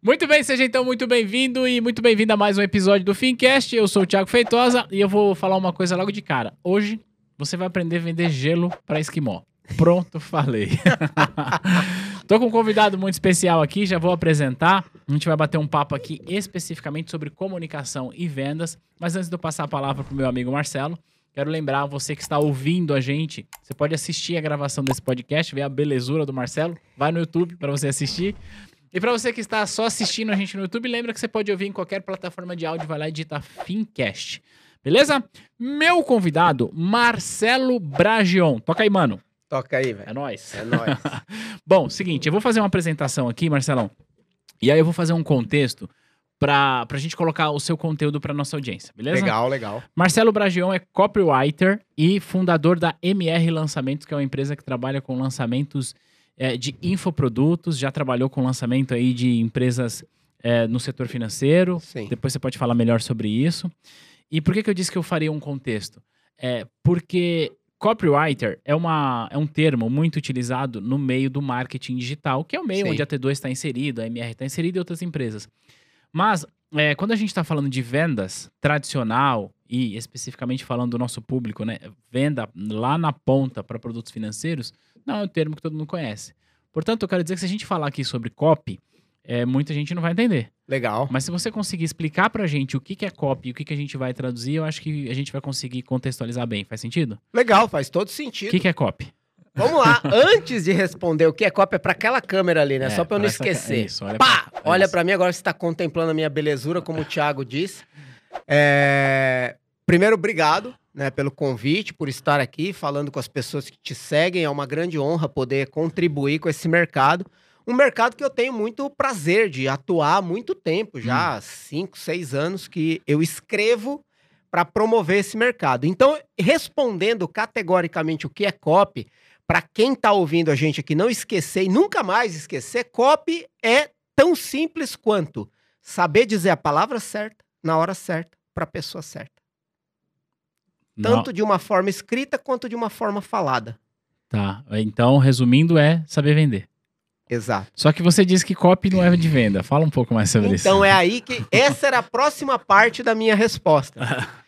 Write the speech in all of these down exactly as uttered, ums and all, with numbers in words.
Muito bem, seja então muito bem-vindo e muito bem-vindo a mais um episódio do Fincast. Eu sou o Thiago Feitosa e eu vou falar uma coisa logo de cara. Hoje você vai aprender a vender gelo para esquimó. Pronto, falei. Tô com um convidado muito especial aqui, já vou apresentar. A gente vai bater um papo aqui especificamente sobre comunicação e vendas. Mas antes de eu passar a palavra pro meu amigo Marcelo, quero lembrar você que está ouvindo a gente, você pode assistir a gravação desse podcast, ver a belezura do Marcelo. Vai no YouTube para você assistir. E para você que está só assistindo a gente no YouTube, lembra que você pode ouvir em qualquer plataforma de áudio, vai lá e digita Fincast. Beleza? Meu convidado, Marcelo Bragion. Toca aí, mano. Toca aí, velho. É nóis. É nóis. Bom, seguinte, eu vou fazer uma apresentação aqui, Marcelão. E aí eu vou fazer um contexto pra, pra gente colocar o seu conteúdo pra nossa audiência, beleza? Legal, legal. Marcelo Bragion é copywriter e fundador da M R Lançamentos, que é uma empresa que trabalha com lançamentos é, de infoprodutos. Já trabalhou com lançamento aí de empresas é, no setor financeiro. Sim. Depois você pode falar melhor sobre isso. E por que, que eu disse que eu faria um contexto? É porque copywriter é, uma, é um termo muito utilizado no meio do marketing digital, que é o meio Sim. onde a T dois está inserida, a M R está inserida e outras empresas. Mas, é, quando a gente está falando de vendas tradicional e especificamente falando do nosso público, né, venda lá na ponta para produtos financeiros, não é um termo que todo mundo conhece. Portanto, eu quero dizer que se a gente falar aqui sobre copy, é, muita gente não vai entender. Legal. Mas se você conseguir explicar pra gente o que, que é copy e o que, que a gente vai traduzir, eu acho que a gente vai conseguir contextualizar bem. Faz sentido? Legal, faz todo O sentido. que, que é copy? Vamos lá, antes de responder o que é cópia, é pra aquela câmera ali, né? É, Só pra eu não pra essa ca- esquecer. isso, olha Pá! pra- Olha isso. pra mim, agora você tá contemplando a minha belezura, como o Thiago disse. É, Primeiro, obrigado, né, pelo convite, por estar aqui falando com as pessoas que te seguem. É uma grande honra poder contribuir com esse mercado. Um mercado que eu tenho muito prazer de atuar há muito tempo, já há cinco, seis anos que eu escrevo para promover esse mercado. Então, respondendo categoricamente o que é copy, para quem está ouvindo a gente aqui não esquecer e nunca mais esquecer, copy é tão simples quanto saber dizer a palavra certa, na hora certa, para a pessoa certa. Tanto Não. de uma forma escrita quanto de uma forma falada. Tá. Então, resumindo, é saber vender. Exato. Só que você disse que copy não é de venda. Fala um pouco mais sobre isso. Então é aí que essa era a próxima parte da minha resposta.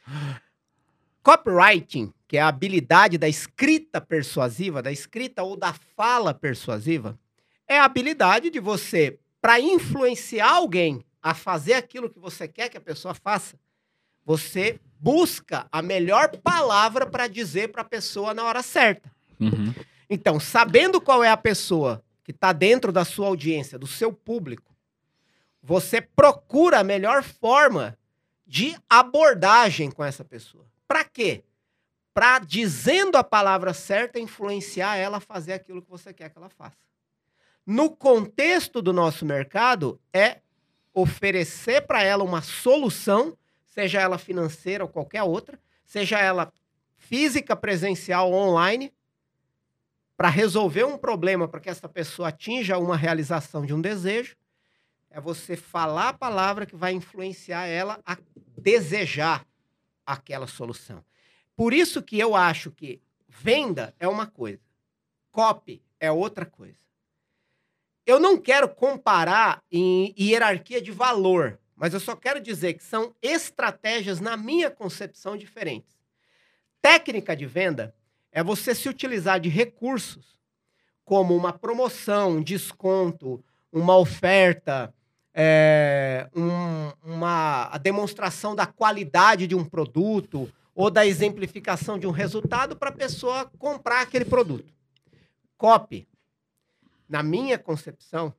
Copywriting, que é a habilidade da escrita persuasiva, da escrita ou da fala persuasiva, é a habilidade de você, para influenciar alguém a fazer aquilo que você quer que a pessoa faça, você busca a melhor palavra para dizer para a pessoa na hora certa. Uhum. Então, sabendo qual é a pessoa que está dentro da sua audiência, do seu público, você procura a melhor forma de abordagem com essa pessoa. Para quê? Para, dizendo a palavra certa, influenciar ela a fazer aquilo que você quer que ela faça. No contexto do nosso mercado, é oferecer para ela uma solução, seja ela financeira ou qualquer outra, seja ela física, presencial ou online, para resolver um problema, para que essa pessoa atinja uma realização de um desejo, é você falar a palavra que vai influenciar ela a desejar aquela solução. Por isso que eu acho que venda é uma coisa, copy é outra coisa. Eu não quero comparar em hierarquia de valor, mas eu só quero dizer que são estratégias, na minha concepção, diferentes. Técnica de venda é você se utilizar de recursos como uma promoção, um desconto, uma oferta, é, um, uma, a demonstração da qualidade de um produto ou da exemplificação de um resultado para a pessoa comprar aquele produto. Copy, na minha concepção,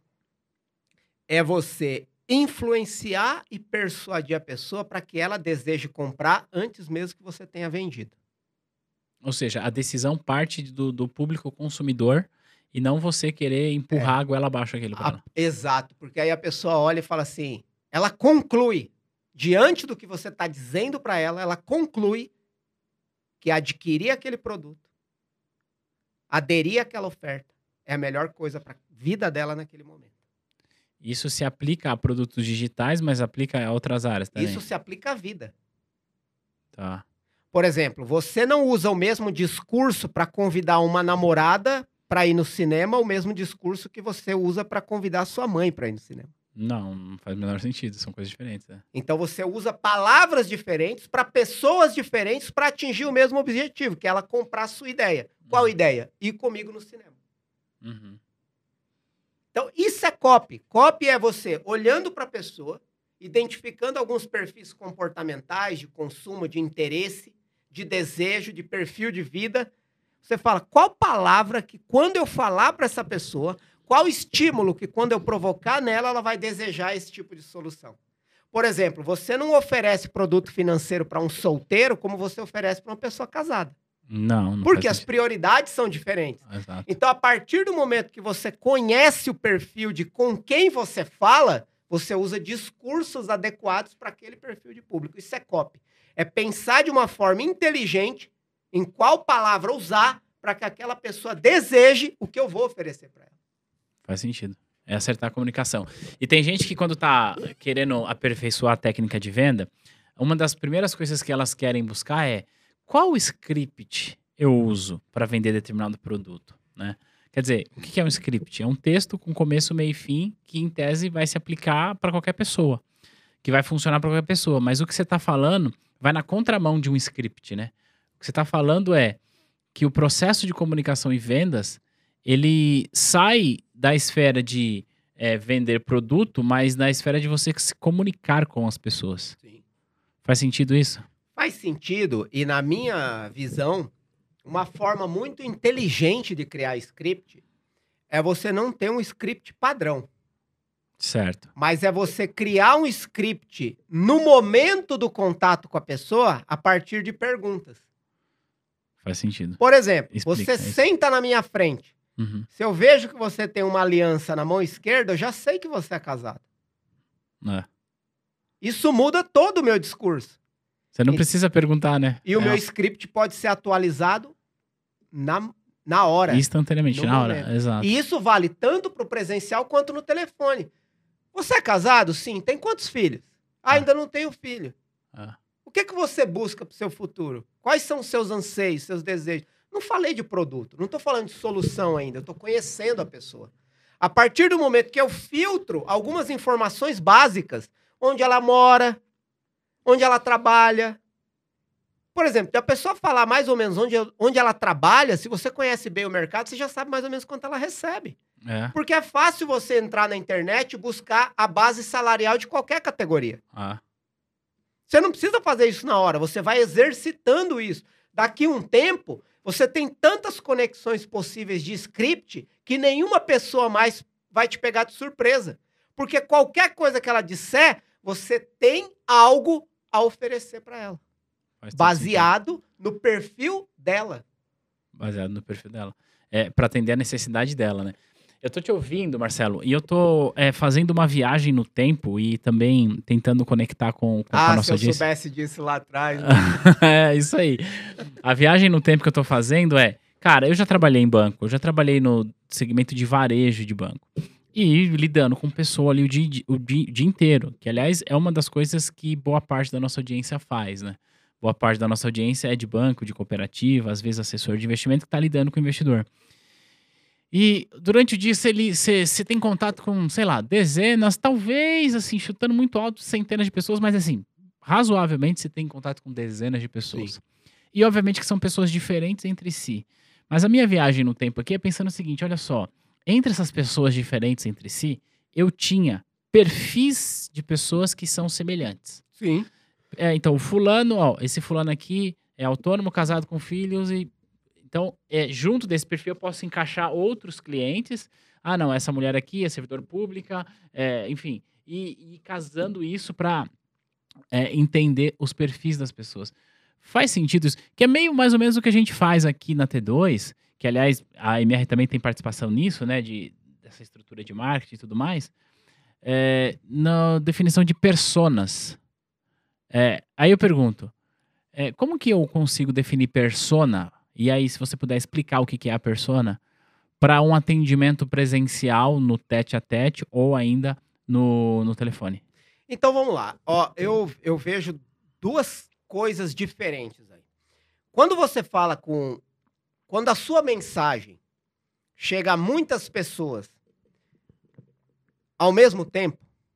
é você influenciar e persuadir a pessoa para que ela deseje comprar antes mesmo que você tenha vendido. Ou seja, a decisão parte do, do público consumidor e não você querer empurrar É. a goela abaixo aquilo para A- ela. Exato, porque aí a pessoa olha e fala assim, ela conclui, diante do que você está dizendo para ela, ela conclui que adquirir aquele produto, aderir àquela oferta, é a melhor coisa para a vida dela naquele momento. Isso se aplica a produtos digitais, mas aplica a outras áreas também. Isso se aplica à vida. Tá. Por exemplo, você não usa o mesmo discurso para convidar uma namorada para ir no cinema, o mesmo discurso que você usa para convidar sua mãe para ir no cinema. Não, não faz o menor sentido. São coisas diferentes, né? Então você usa palavras diferentes para pessoas diferentes para atingir o mesmo objetivo, que é ela comprar a sua ideia. Qual Uhum. ideia? Ir comigo no cinema. Uhum. Então isso é copy. Copy é você olhando para a pessoa, identificando alguns perfis comportamentais, de consumo, de interesse, de desejo, de perfil de vida. Você fala, qual palavra que quando eu falar para essa pessoa, qual estímulo que quando eu provocar nela, ela vai desejar esse tipo de solução. Por exemplo, você não oferece produto financeiro para um solteiro como você oferece para uma pessoa casada. Não, não Porque faz as sentido. prioridades são diferentes. Exato. Então, a partir do momento que você conhece o perfil de com quem você fala, você usa discursos adequados para aquele perfil de público. Isso é copy. É pensar de uma forma inteligente em qual palavra usar para que aquela pessoa deseje o que eu vou oferecer para ela. Faz sentido. É acertar a comunicação. E tem gente que quando tá querendo aperfeiçoar a técnica de venda, uma das primeiras coisas que elas querem buscar é qual script eu uso para vender determinado produto, né? Quer dizer, o que é um script? É um texto com começo, meio e fim que, em tese, vai se aplicar para qualquer pessoa, que vai funcionar para qualquer pessoa. Mas o que você está falando vai na contramão de um script, né? O que você está falando é que o processo de comunicação e vendas, ele sai da esfera de é, vender produto, mas na esfera de você se comunicar com as pessoas. Sim. Faz sentido isso? Faz sentido, e na minha visão, uma forma muito inteligente de criar script é você não ter um script padrão. Certo. Mas é você criar um script no momento do contato com a pessoa a partir de perguntas. Faz sentido. Por exemplo, Explica você isso. senta na minha frente. Uhum. Se eu vejo que você tem uma aliança na mão esquerda, eu já sei que você é casado. É. Isso muda todo o meu discurso. Você não E- precisa perguntar, né? E o É, meu script pode ser atualizado na, na hora. instantaneamente, no na hora. momento. Exato. E isso vale tanto para o presencial quanto no telefone. Você é casado? Sim. Tem quantos filhos? Ah, Ah. ainda não tenho filho. Ah, O que, que você busca para o seu futuro? Quais são os seus anseios, seus desejos? Não falei de produto, não estou falando de solução ainda, eu estou conhecendo a pessoa. A partir do momento que eu filtro algumas informações básicas, onde ela mora, onde ela trabalha. Por exemplo, se a pessoa falar mais ou menos onde, onde ela trabalha, se você conhece bem o mercado, você já sabe mais ou menos quanto ela recebe. é. Porque é fácil você entrar na internet e buscar a base salarial de qualquer categoria. Ah, Você não precisa fazer isso na hora, você vai exercitando isso. Daqui um tempo, você tem tantas conexões possíveis de script que nenhuma pessoa mais vai te pegar de surpresa. Porque qualquer coisa que ela disser, você tem algo a oferecer para ela. faz todo Baseado no perfil dela. sentido. Baseado no perfil dela. É, para atender a necessidade dela, né? Eu tô te ouvindo, Marcelo, e eu tô é, fazendo uma viagem no tempo e também tentando conectar com, com a Ah, se nossa eu audiência. soubesse disso lá atrás. né? É, isso aí. A viagem no tempo que eu tô fazendo é... Cara, eu já trabalhei em banco, eu já trabalhei no segmento de varejo de banco. E lidando com pessoa ali o dia, o dia, o dia inteiro. Que, aliás, é uma das coisas que boa parte da nossa audiência faz, né? Boa parte da nossa audiência é de banco, de cooperativa, às vezes assessor de investimento que tá lidando com o investidor. E durante o dia você tem contato com, sei lá, dezenas, talvez, assim, chutando muito alto, centenas de pessoas, mas assim, razoavelmente você tem contato com dezenas de pessoas. Sim. E obviamente que são pessoas diferentes entre si. Mas a minha viagem no tempo aqui é pensando o seguinte, olha só, entre essas pessoas diferentes entre si, eu tinha perfis de pessoas que são semelhantes. Sim. É, então, o fulano, ó, esse fulano aqui é autônomo, casado com filhos e... Então, é, junto desse perfil eu posso encaixar outros clientes. Ah, não, essa mulher aqui é servidor pública, é, enfim. E, e casando isso para é, entender os perfis das pessoas. Faz sentido isso? Que é meio mais ou menos o que a gente faz aqui na T dois, que aliás a M R também tem participação nisso, né, de, dessa estrutura de marketing e tudo mais, é, na definição de personas. É, aí eu pergunto, é, como que eu consigo definir persona? E aí, se você puder explicar o que que é a persona, para um atendimento presencial no tete a tete ou ainda no, no telefone. Então vamos lá. Ó, eu, eu vejo duas coisas diferentes aí. Quando você fala com. Quando a sua mensagem chega a muitas pessoas ao mesmo tempo,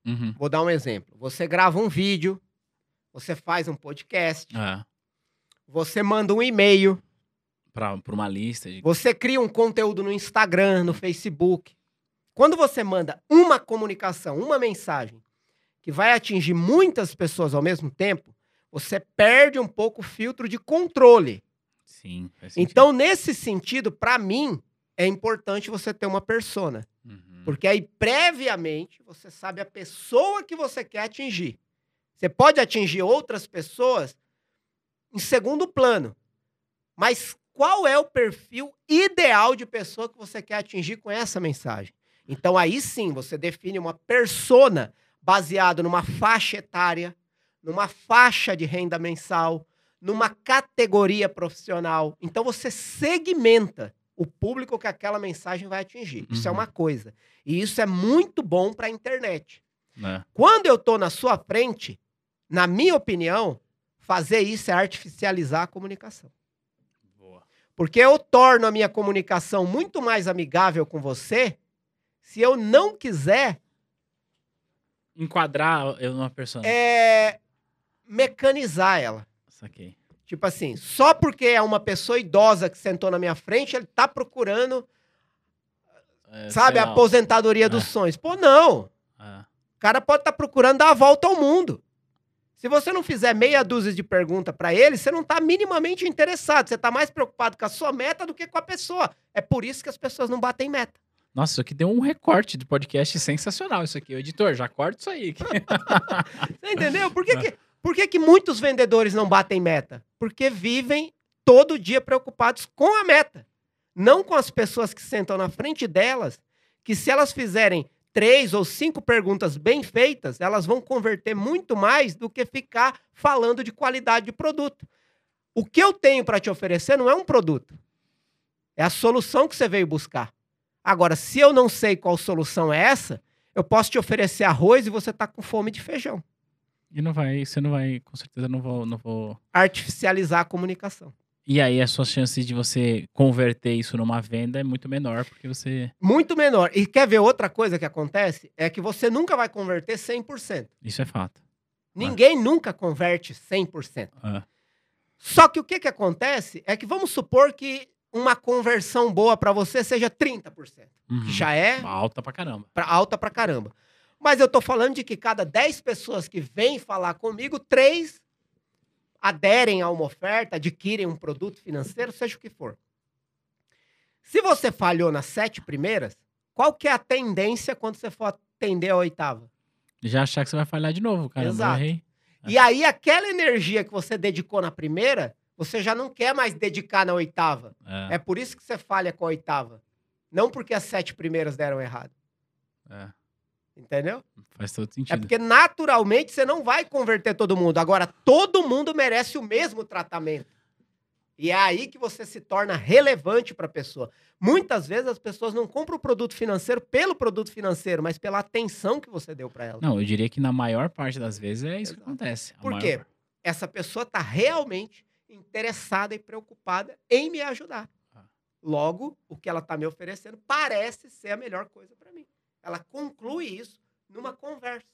Uhum. Vou dar um exemplo. Você grava um vídeo, você faz um podcast, É. você manda um e-mail, Pra, pra uma lista de... você cria um conteúdo no Instagram, no Facebook. Quando você manda uma comunicação, uma mensagem, que vai atingir muitas pessoas ao mesmo tempo, você perde um pouco o filtro de controle. Sim, faz sentido. Então, nesse sentido, para mim, é importante você ter uma persona. Uhum. Porque aí, previamente, você sabe a pessoa que você quer atingir. Você pode atingir outras pessoas em segundo plano. Mas qual é o perfil ideal de pessoa que você quer atingir com essa mensagem? Então, aí sim, você define uma persona baseado numa faixa etária, numa faixa de renda mensal, numa categoria profissional. Então, você segmenta o público que aquela mensagem vai atingir. Isso Uhum. é uma coisa. E isso é muito bom para a internet. É. Quando eu estou na sua frente, na minha opinião, fazer isso é artificializar a comunicação. Boa. Porque eu torno a minha comunicação muito mais amigável com você se eu não quiser Enquadrar eu numa persona. é, mecanizar ela. Saquei. Tipo assim, só porque é uma pessoa idosa que sentou na minha frente, ele tá procurando, É, sabe, sei a lá. aposentadoria dos É. sonhos. Pô, não. É. O cara pode estar procurando dar a volta ao mundo. Se você não fizer meia dúzia de perguntas pra ele, você não tá minimamente interessado. Você tá mais preocupado com a sua meta do que com a pessoa. É por isso que as pessoas não batem meta. Nossa, isso aqui deu um recorte do podcast sensacional, isso aqui. O editor, já corta isso aí. Você entendeu? Por que, que, por que, que muitos vendedores não batem meta? Porque vivem todo dia preocupados com a meta. Não com as pessoas que sentam na frente delas, que se elas fizerem três ou cinco perguntas bem feitas, elas vão converter muito mais do que ficar falando de qualidade de produto. O que eu tenho para te oferecer não é um produto. É a solução que você veio buscar. Agora, se eu não sei qual solução é essa, eu posso te oferecer arroz e você tá com fome de feijão. E não vai, você não vai, com certeza não vou, não vou... Artificializar a comunicação. E aí as suas chances de você converter isso numa venda é muito menor, porque você... Muito menor. E quer ver outra coisa que acontece? É que você nunca vai converter cem por cento. Isso é fato. Ninguém nunca converte cem por cento. É. Só que o que, que acontece é que vamos supor que uma conversão boa para você seja trinta por cento. Uhum. Que já é Alta pra caramba. pra, alta pra caramba. Mas eu tô falando de que cada dez pessoas que vêm falar comigo, três aderem a uma oferta, adquirem um produto financeiro, seja o que for. Se você falhou nas sete primeiras, qual que é a tendência quando você for atender a oitava? Já achar que você vai falhar de novo, cara. Exato. Eu errei. E aí, aquela energia que você dedicou na primeira, você já não quer mais dedicar na oitava. É, É por isso que você falha com a oitava. Não porque as sete primeiras deram errado. é, Entendeu? faz todo É sentido. porque naturalmente você não vai converter todo mundo. Agora, todo mundo merece o mesmo tratamento. E é aí que você se torna relevante para a pessoa. Muitas vezes as pessoas não compram o produto financeiro pelo produto financeiro, mas pela atenção que você deu para ela. Não, eu diria que na maior parte das vezes é isso Exato. que acontece. A Por maior quê? parte. Essa pessoa está realmente interessada e preocupada em me ajudar. Ah. Logo, o que ela está me oferecendo parece ser a melhor coisa para mim. Ela conclui isso numa conversa.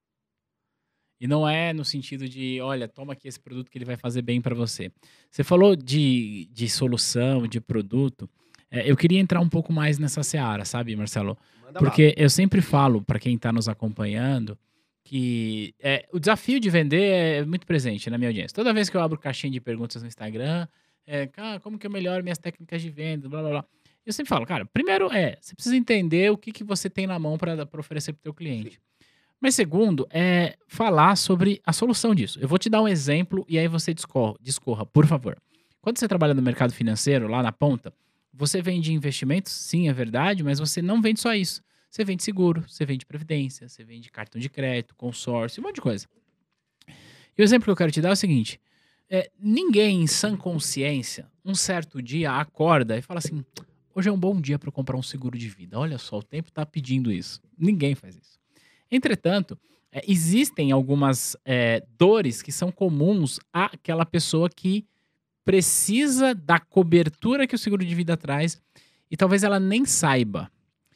E não é no sentido de, olha, toma aqui esse produto que ele vai fazer bem para você. Você falou de, de solução, de produto. É, eu queria entrar um pouco mais nessa seara, sabe, Marcelo? Manda Porque eu sempre falo para quem está nos acompanhando que é, o desafio de vender é muito presente na minha audiência. Toda vez que eu abro caixinha de perguntas no Instagram, é, ah, como que eu melhoro minhas técnicas de venda, blá, blá, blá. Eu sempre falo, cara, primeiro é, você precisa entender o que, que você tem na mão para oferecer para o teu cliente. Sim. Mas segundo, é falar sobre a solução disso. Eu vou te dar um exemplo e aí você discorra, discorra, por favor. Quando você trabalha no mercado financeiro, lá na ponta, você vende investimentos, sim, é verdade, mas você não vende só isso. Você vende seguro, você vende previdência, você vende cartão de crédito, consórcio, um monte de coisa. E o exemplo que eu quero te dar é o seguinte, é, ninguém em sã consciência, um certo dia, acorda e fala assim, hoje é um bom dia para eu comprar um seguro de vida. Olha só, o tempo está pedindo isso. Ninguém faz isso. Entretanto, é, existem algumas é, dores que são comuns àquela pessoa que precisa da cobertura que o seguro de vida traz e talvez ela nem saiba.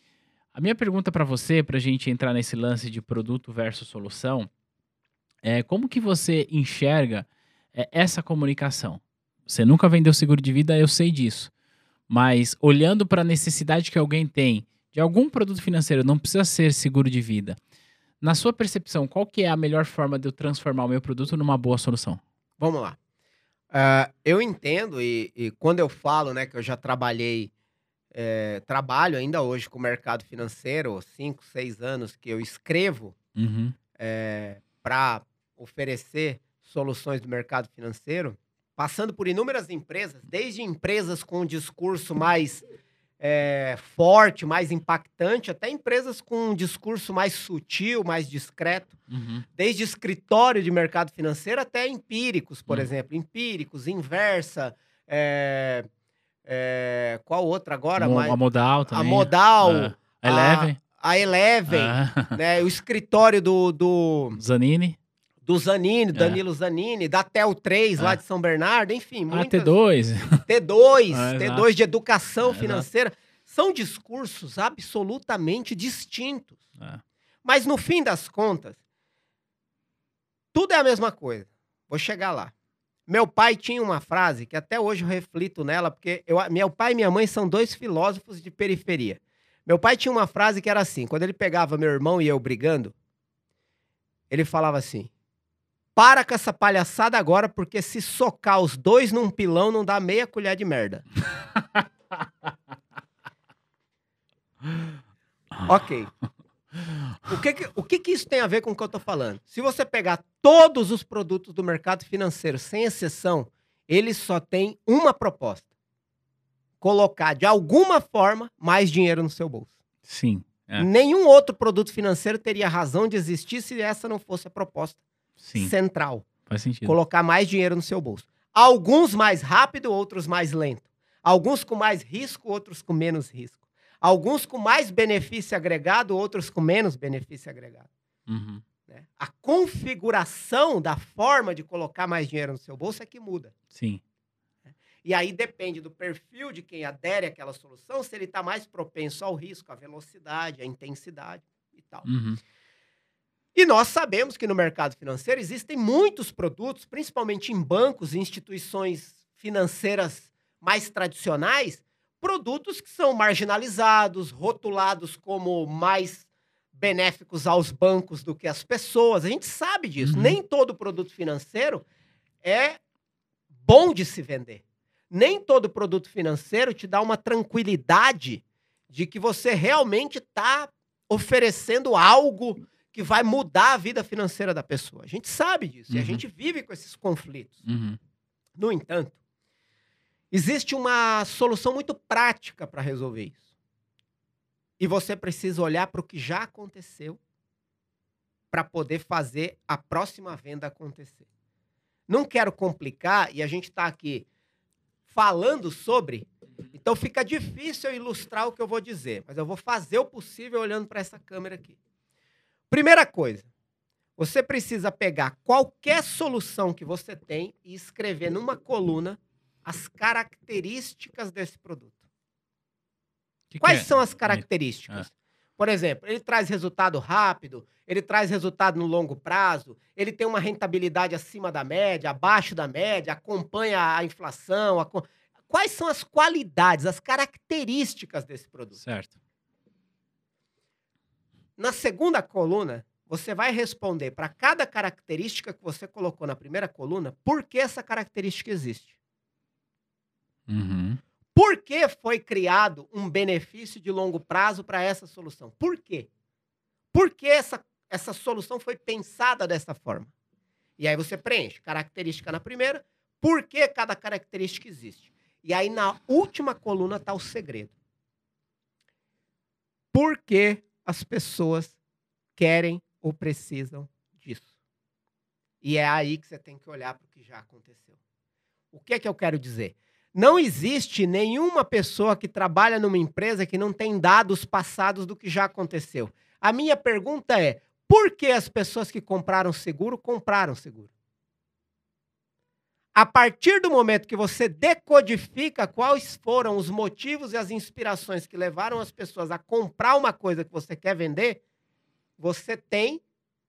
A minha pergunta para você, para a gente entrar nesse lance de produto versus solução, é como que você enxerga é, essa comunicação? Você nunca vendeu seguro de vida, eu sei disso. Mas olhando para a necessidade que alguém tem de algum produto financeiro, não precisa ser seguro de vida. Na sua percepção, qual que é a melhor forma de eu transformar o meu produto numa boa solução? Vamos lá. Ah, eu entendo e, e quando eu falo, né, que eu já trabalhei, eh, trabalho ainda hoje com o mercado financeiro, cinco, seis anos que eu escrevo Uhum, para oferecer soluções do mercado financeiro, passando por inúmeras empresas, desde empresas com um discurso mais eh, forte, mais impactante, até empresas com um discurso mais sutil, mais discreto. uhum, Desde escritório de mercado financeiro até empíricos, por uhum. exemplo. Empíricos, Inversa, eh, eh, qual outra agora? Mo- A Mais, modal a também. Modal, É. a, Eleven. a Eleven, Ah, né? O escritório do, do, Zanini. do Zanini, É. Danilo Zanini, da Tel três lá É. de São Bernardo, enfim, Ah, t muitas. dois. T dois, É, T exato. dois de educação É, exato. financeira. São discursos absolutamente distintos. É. Mas no fim das contas, tudo é a mesma coisa. Vou chegar lá. Meu pai tinha uma frase que até hoje eu reflito nela, porque eu, meu pai e minha mãe são dois filósofos de periferia. Meu pai tinha uma frase que era assim: quando ele pegava meu irmão e eu brigando, ele falava assim: para com essa palhaçada agora, porque se socar os dois num pilão não dá meia colher de merda. Ok. O que que, o que que isso tem a ver com o que eu tô falando? Se você pegar todos os produtos do mercado financeiro, sem exceção, eles só têm uma proposta: colocar, de alguma forma, mais dinheiro no seu bolso. Sim. É. Nenhum outro produto financeiro teria razão de existir se essa não fosse a proposta Sim. central. Faz sentido. Colocar mais dinheiro no seu bolso. Alguns mais rápido, outros mais lento. Alguns com mais risco, outros com menos risco. Alguns com mais benefício agregado, outros com menos benefício agregado. Uhum. Né? A configuração da forma de colocar mais dinheiro no seu bolso é que muda. Sim. E aí depende do perfil de quem adere àquela solução, se ele está mais propenso ao risco, à velocidade, à intensidade e tal. Uhum. E nós sabemos que no mercado financeiro existem muitos produtos, principalmente em bancos e instituições financeiras mais tradicionais, produtos que são marginalizados, rotulados como mais benéficos aos bancos do que às pessoas. A gente sabe disso. Uhum. Nem todo produto financeiro é bom de se vender. Nem todo produto financeiro te dá uma tranquilidade de que você realmente está oferecendo algo que vai mudar a vida financeira da pessoa. A gente sabe disso. Uhum. E a gente vive com esses conflitos. Uhum. No entanto, existe uma solução muito prática para resolver isso. E você precisa olhar para o que já aconteceu para poder fazer a próxima venda acontecer. Não quero complicar, e a gente está aqui falando sobre, então fica difícil eu ilustrar o que eu vou dizer, mas eu vou fazer o possível olhando para essa câmera aqui. Primeira coisa, você precisa pegar qualquer solução que você tem e escrever numa coluna as características desse produto. Que Quais que é? são as características? É. Por exemplo, ele traz resultado rápido, ele traz resultado no longo prazo, ele tem uma rentabilidade acima da média, abaixo da média, acompanha a inflação. A... Quais são as qualidades, as características desse produto? Certo. Na segunda coluna, você vai responder para cada característica que você colocou na primeira coluna, por que essa característica existe. Uhum. Por que foi criado um benefício de longo prazo para essa solução? Por quê? Por que essa, essa solução foi pensada dessa forma? E aí você preenche característica na primeira, por que cada característica existe? E aí na última coluna está o segredo. Por que as pessoas querem ou precisam disso? E é aí que você tem que olhar para o que já aconteceu. O que é que eu quero dizer? Não existe nenhuma pessoa que trabalha numa empresa que não tem dados passados do que já aconteceu. A minha pergunta é, por que as pessoas que compraram seguro, compraram seguro? A partir do momento que você decodifica quais foram os motivos e as inspirações que levaram as pessoas a comprar uma coisa que você quer vender, você tem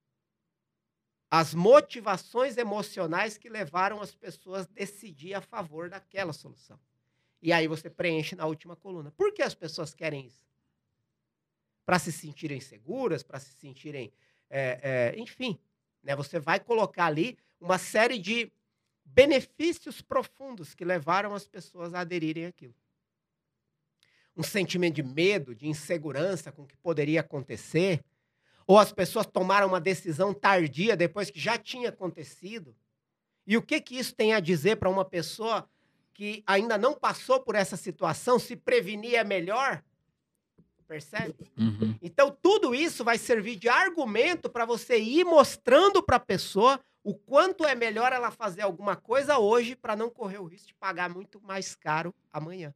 as motivações emocionais que levaram as pessoas a decidir a favor daquela solução. E aí você preenche na última coluna. Por que as pessoas querem isso? Para se sentirem seguras, para se sentirem... É, é, enfim, né? Você vai colocar ali uma série de benefícios profundos que levaram as pessoas a aderirem àquilo. Um sentimento de medo, de insegurança com o que poderia acontecer, ou as pessoas tomaram uma decisão tardia depois que já tinha acontecido. E o que, que isso tem a dizer para uma pessoa que ainda não passou por essa situação? Se prevenir é melhor? Percebe? Uhum. Então, tudo isso vai servir de argumento para você ir mostrando para a pessoa o quanto é melhor ela fazer alguma coisa hoje para não correr o risco de pagar muito mais caro amanhã.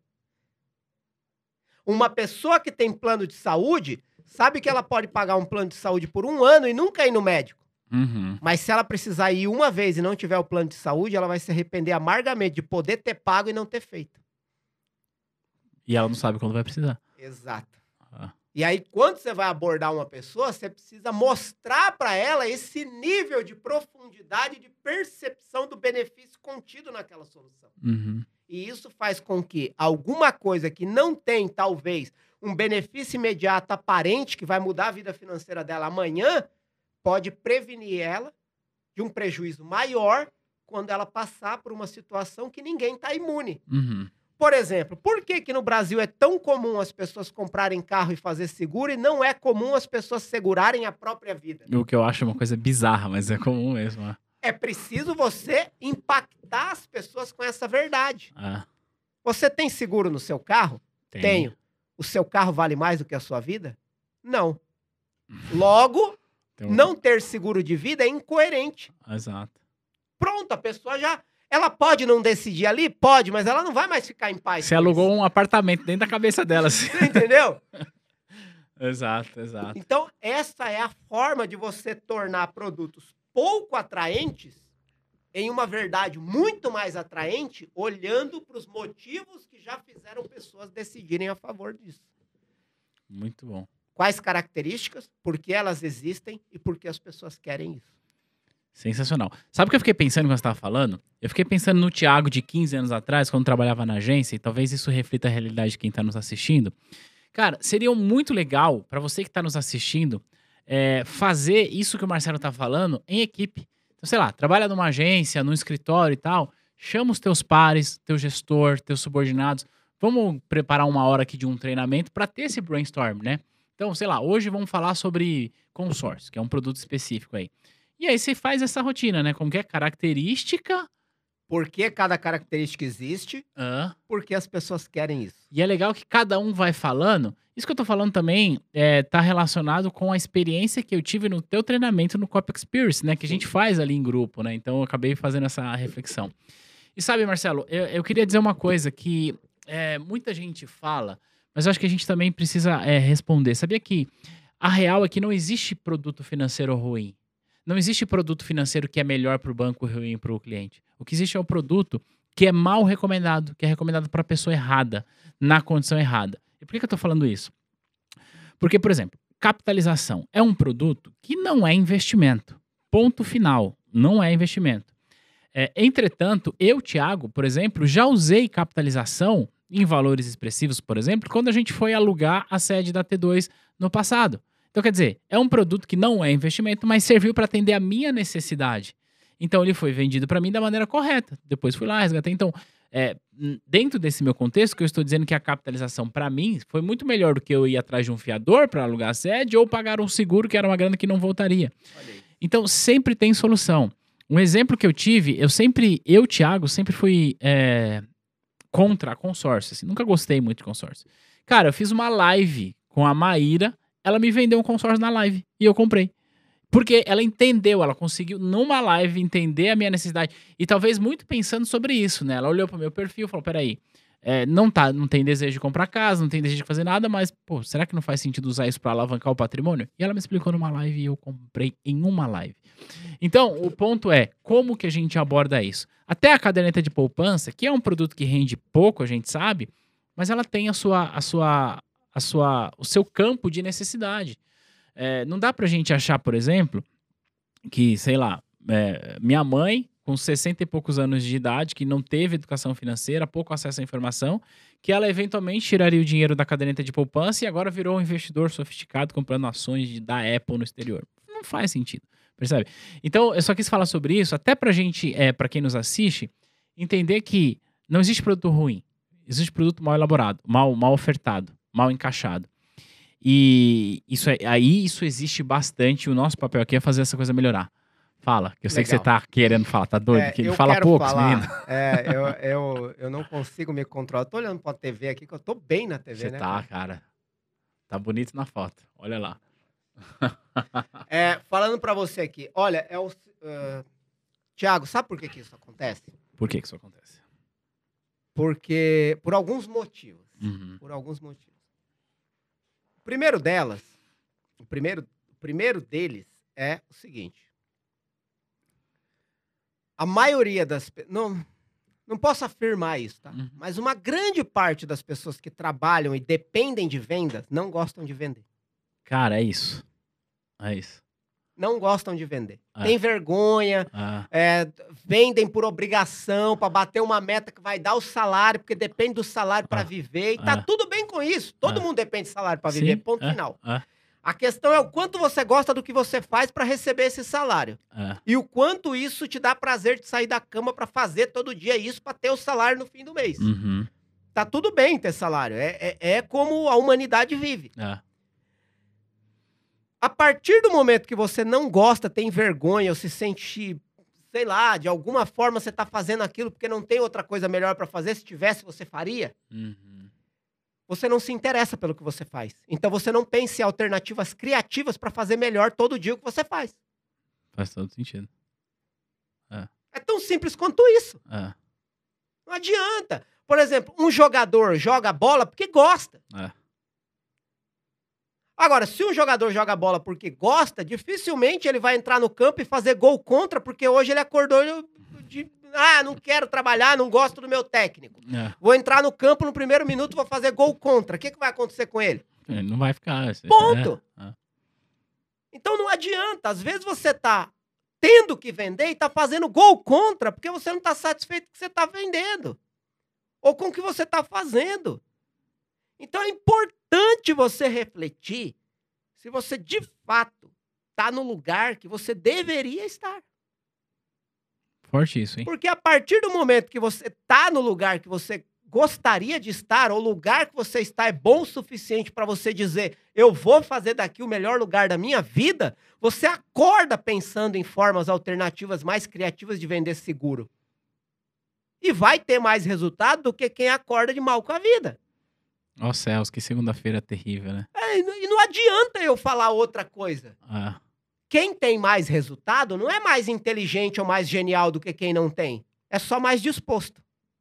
Uma pessoa que tem plano de saúde sabe que ela pode pagar um plano de saúde por um ano e nunca ir no médico. Uhum. Mas se ela precisar ir uma vez e não tiver o plano de saúde, ela vai se arrepender amargamente de poder ter pago e não ter feito. E ela não sabe quando vai precisar. Exato. Ah. E aí, quando você vai abordar uma pessoa, você precisa mostrar para ela esse nível de profundidade, de percepção do benefício contido naquela solução. Uhum. E isso faz com que alguma coisa que não tem, talvez, um benefício imediato aparente, que vai mudar a vida financeira dela amanhã, pode prevenir ela de um prejuízo maior quando ela passar por uma situação que ninguém está imune. Uhum. Por exemplo, por que que no Brasil é tão comum as pessoas comprarem carro e fazer seguro e não é comum as pessoas segurarem a própria vida? O que eu acho uma coisa bizarra, mas é comum mesmo. Né? É preciso você impactar as pessoas com essa verdade. Ah, Você tem seguro no seu carro? tem. Tenho. O seu carro vale mais do que a sua vida? Não. Logo, Tem um- não ter seguro de vida é incoerente. Exato. Pronto, a pessoa já... Ela pode não decidir ali? Pode, mas ela não vai mais ficar em paz. Você com alugou isso. um apartamento dentro da cabeça dela. assim. Você entendeu? Exato, exato. Então, essa é a forma de você tornar produtos pouco atraentes em uma verdade muito mais atraente, olhando para os motivos que já fizeram pessoas decidirem a favor disso. Muito bom. Quais características, por que elas existem e por que as pessoas querem isso. Sensacional. Sabe o que eu fiquei pensando quando você estava falando? Eu fiquei pensando no Thiago de quinze anos atrás, quando trabalhava na agência, e talvez isso reflita a realidade de quem está nos assistindo. Cara, seria muito legal para você que está nos assistindo é, fazer isso que o Marcelo tá falando em equipe. Então, sei lá, trabalha numa agência, num escritório e tal, chama os teus pares, teu gestor, teus subordinados. Vamos preparar uma hora aqui de um treinamento para ter esse brainstorm, né? Então, sei lá, hoje vamos falar sobre consórcio, que é um produto específico aí. E aí você faz essa rotina, né? Como que é? Característica. Por que cada característica existe? Ah. Por que as pessoas querem isso? E é legal que cada um vai falando. Isso que eu tô falando também é, tá relacionado com a experiência que eu tive no teu treinamento no Cop Experience, né? Que a gente faz ali em grupo, né? Então eu acabei fazendo essa reflexão. E sabe, Marcelo, eu, eu queria dizer uma coisa que é, muita gente fala, mas eu acho que a gente também precisa é, responder. Sabia que a real é que não existe produto financeiro ruim. Não existe produto financeiro que é melhor para o banco e ruim para o cliente. O que existe é o produto que é mal recomendado, que é recomendado para a pessoa errada, na condição errada. E por que, que eu estou falando isso? Porque, por exemplo, capitalização é um produto que não é investimento. Ponto final. Não é investimento. É, entretanto, eu, Thiago, por exemplo, já usei capitalização em valores expressivos, por exemplo, quando a gente foi alugar a sede da T dois no passado. Então, quer dizer, é um produto que não é investimento, mas serviu para atender a minha necessidade. Então, ele foi vendido para mim da maneira correta. Depois fui lá, resgatei. Então, é, dentro desse meu contexto, que eu estou dizendo que a capitalização, para mim, foi muito melhor do que eu ir atrás de um fiador para alugar a sede ou pagar um seguro, que era uma grana que não voltaria. Então, sempre tem solução. Um exemplo que eu tive, eu sempre, eu, Thiago, sempre fui é, contra a consórcio. Assim, nunca gostei muito de consórcio. Cara, eu fiz uma live com a Maíra. Ela me vendeu um consórcio na live e eu comprei. Porque ela entendeu, ela conseguiu numa live entender a minha necessidade. E talvez muito pensando sobre isso, né? Ela olhou pro meu perfil e falou, peraí, é, não, tá, não tem desejo de comprar casa, não tem desejo de fazer nada, mas, pô, será que não faz sentido usar isso para alavancar o patrimônio? E ela me explicou numa live e eu comprei em uma live. Então, o ponto é, como que a gente aborda isso? Até a caderneta de poupança, que é um produto que rende pouco, a gente sabe, mas ela tem a sua, a sua, a sua, o seu campo de necessidade. É, não dá pra gente achar, por exemplo, que, sei lá, é, minha mãe, com sessenta e poucos anos de idade, que não teve educação financeira, pouco acesso à informação, que ela eventualmente tiraria o dinheiro da caderneta de poupança e agora virou um investidor sofisticado comprando ações de, da Apple no exterior. Não faz sentido, percebe? Então, eu só quis falar sobre isso, até pra gente, é, pra quem nos assiste, entender que não existe produto ruim, existe produto mal elaborado, mal, mal ofertado, mal encaixado. E isso é, aí isso existe bastante, e o nosso papel aqui é fazer essa coisa melhorar. Fala, que eu sei Legal. que você tá querendo falar, tá doido? É, que ele eu fala quero pouco, falar, menino. é, eu, eu, eu não consigo me controlar. Eu tô olhando pra T V aqui, que eu tô bem na T V, Você né? tá, cara? cara. Tá bonito na foto. Olha lá. É, falando pra você aqui, olha, é o. Uh, Tiago, sabe por que, que isso acontece? Por que que isso acontece? Porque. Por alguns motivos. Uhum. Por alguns motivos. O primeiro delas, o primeiro, o primeiro deles é o seguinte. A maioria das pessoas. Não, não posso afirmar isso, tá? Uhum. Mas uma grande parte das pessoas que trabalham e dependem de vendas não gostam de vender. Cara, é isso. É isso. Não gostam de vender. É. Tem vergonha, Ah, é, vendem por obrigação, para bater uma meta que vai dar o salário, porque depende do salário para Ah. viver. E tá Ah. tudo bem com isso. Todo Ah. mundo depende de salário para sim, viver, ponto é, final. É, A questão é o quanto você gosta do que você faz para receber esse salário. é. E o quanto isso te dá prazer de sair da cama para fazer todo dia isso para ter o salário no fim do mês. Uhum. Tá tudo bem ter salário. É, é, é como a humanidade vive. É. A partir do momento que você não gosta, tem vergonha, ou se sente, sei lá, de alguma forma você tá fazendo aquilo porque não tem outra coisa melhor para fazer, se tivesse você faria, Uhum. você não se interessa pelo que você faz. Então você não pensa em alternativas criativas para fazer melhor todo dia o que você faz. Faz todo sentido. É tão simples quanto isso. É. Não adianta. Por exemplo, um jogador joga bola porque gosta. É. Agora, se um jogador joga bola porque gosta, dificilmente ele vai entrar no campo e fazer gol contra, porque hoje ele acordou de... Ah, não quero trabalhar, não gosto do meu técnico. É. Vou entrar no campo no primeiro minuto e vou fazer gol contra. O que, que vai acontecer com ele? Ele não vai ficar. Assim, Ponto. É. É. Então não adianta. Às vezes você tá tendo que vender e tá fazendo gol contra porque você não tá satisfeito com o que você tá vendendo. Ou com o que você tá fazendo. Então é importante você refletir se você de fato tá no lugar que você deveria estar. Forte isso, hein? Porque a partir do momento que você tá no lugar que você gostaria de estar, ou o lugar que você está é bom o suficiente para você dizer, eu vou fazer daqui o melhor lugar da minha vida, você acorda pensando em formas alternativas mais criativas de vender seguro. E vai ter mais resultado do que quem acorda de mal com a vida. Ó céus, que segunda-feira terrível, né? É, e não adianta eu falar outra coisa. Ah, Quem tem mais resultado não é mais inteligente ou mais genial do que quem não tem. É só mais disposto.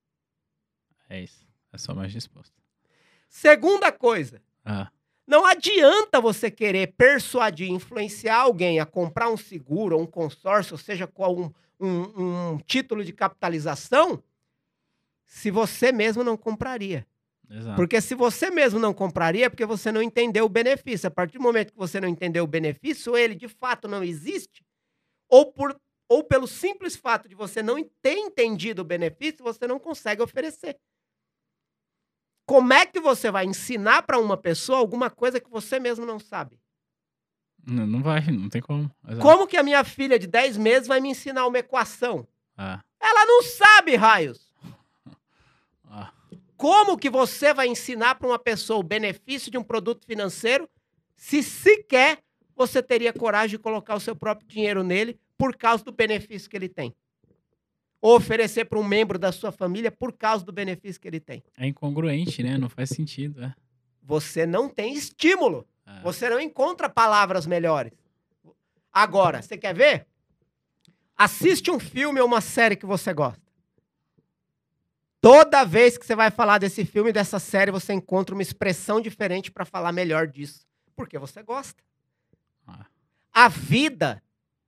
é isso. É só mais disposto. Segunda coisa. Ah, Não adianta você querer persuadir, influenciar alguém a comprar um seguro ou um consórcio, ou seja, qual um, um, um título de capitalização, se você mesmo não compraria. exato. Porque se você mesmo não compraria, é porque você não entendeu o benefício. A partir do momento que você não entendeu o benefício, ele de fato não existe, ou, por, ou pelo simples fato de você não ter entendido o benefício, você não consegue oferecer. Como é que você vai ensinar para uma pessoa alguma coisa que você mesmo não sabe? Não, não vai, não tem como. Exato. Como que a minha filha de dez meses vai me ensinar uma equação? Ah, Ela não sabe, raios. ah, Como que você vai ensinar para uma pessoa o benefício de um produto financeiro se sequer você teria coragem de colocar o seu próprio dinheiro nele por causa do benefício que ele tem? Ou oferecer para um membro da sua família por causa do benefício que ele tem? é incongruente, né? Não faz sentido, é. Você não tem estímulo. É. Você não encontra palavras melhores. Agora, você quer ver? Assiste um filme ou uma série que você gosta. Toda vez que você vai falar desse filme, dessa série, você encontra uma expressão diferente para falar melhor disso. Porque você gosta. Ah. A vida...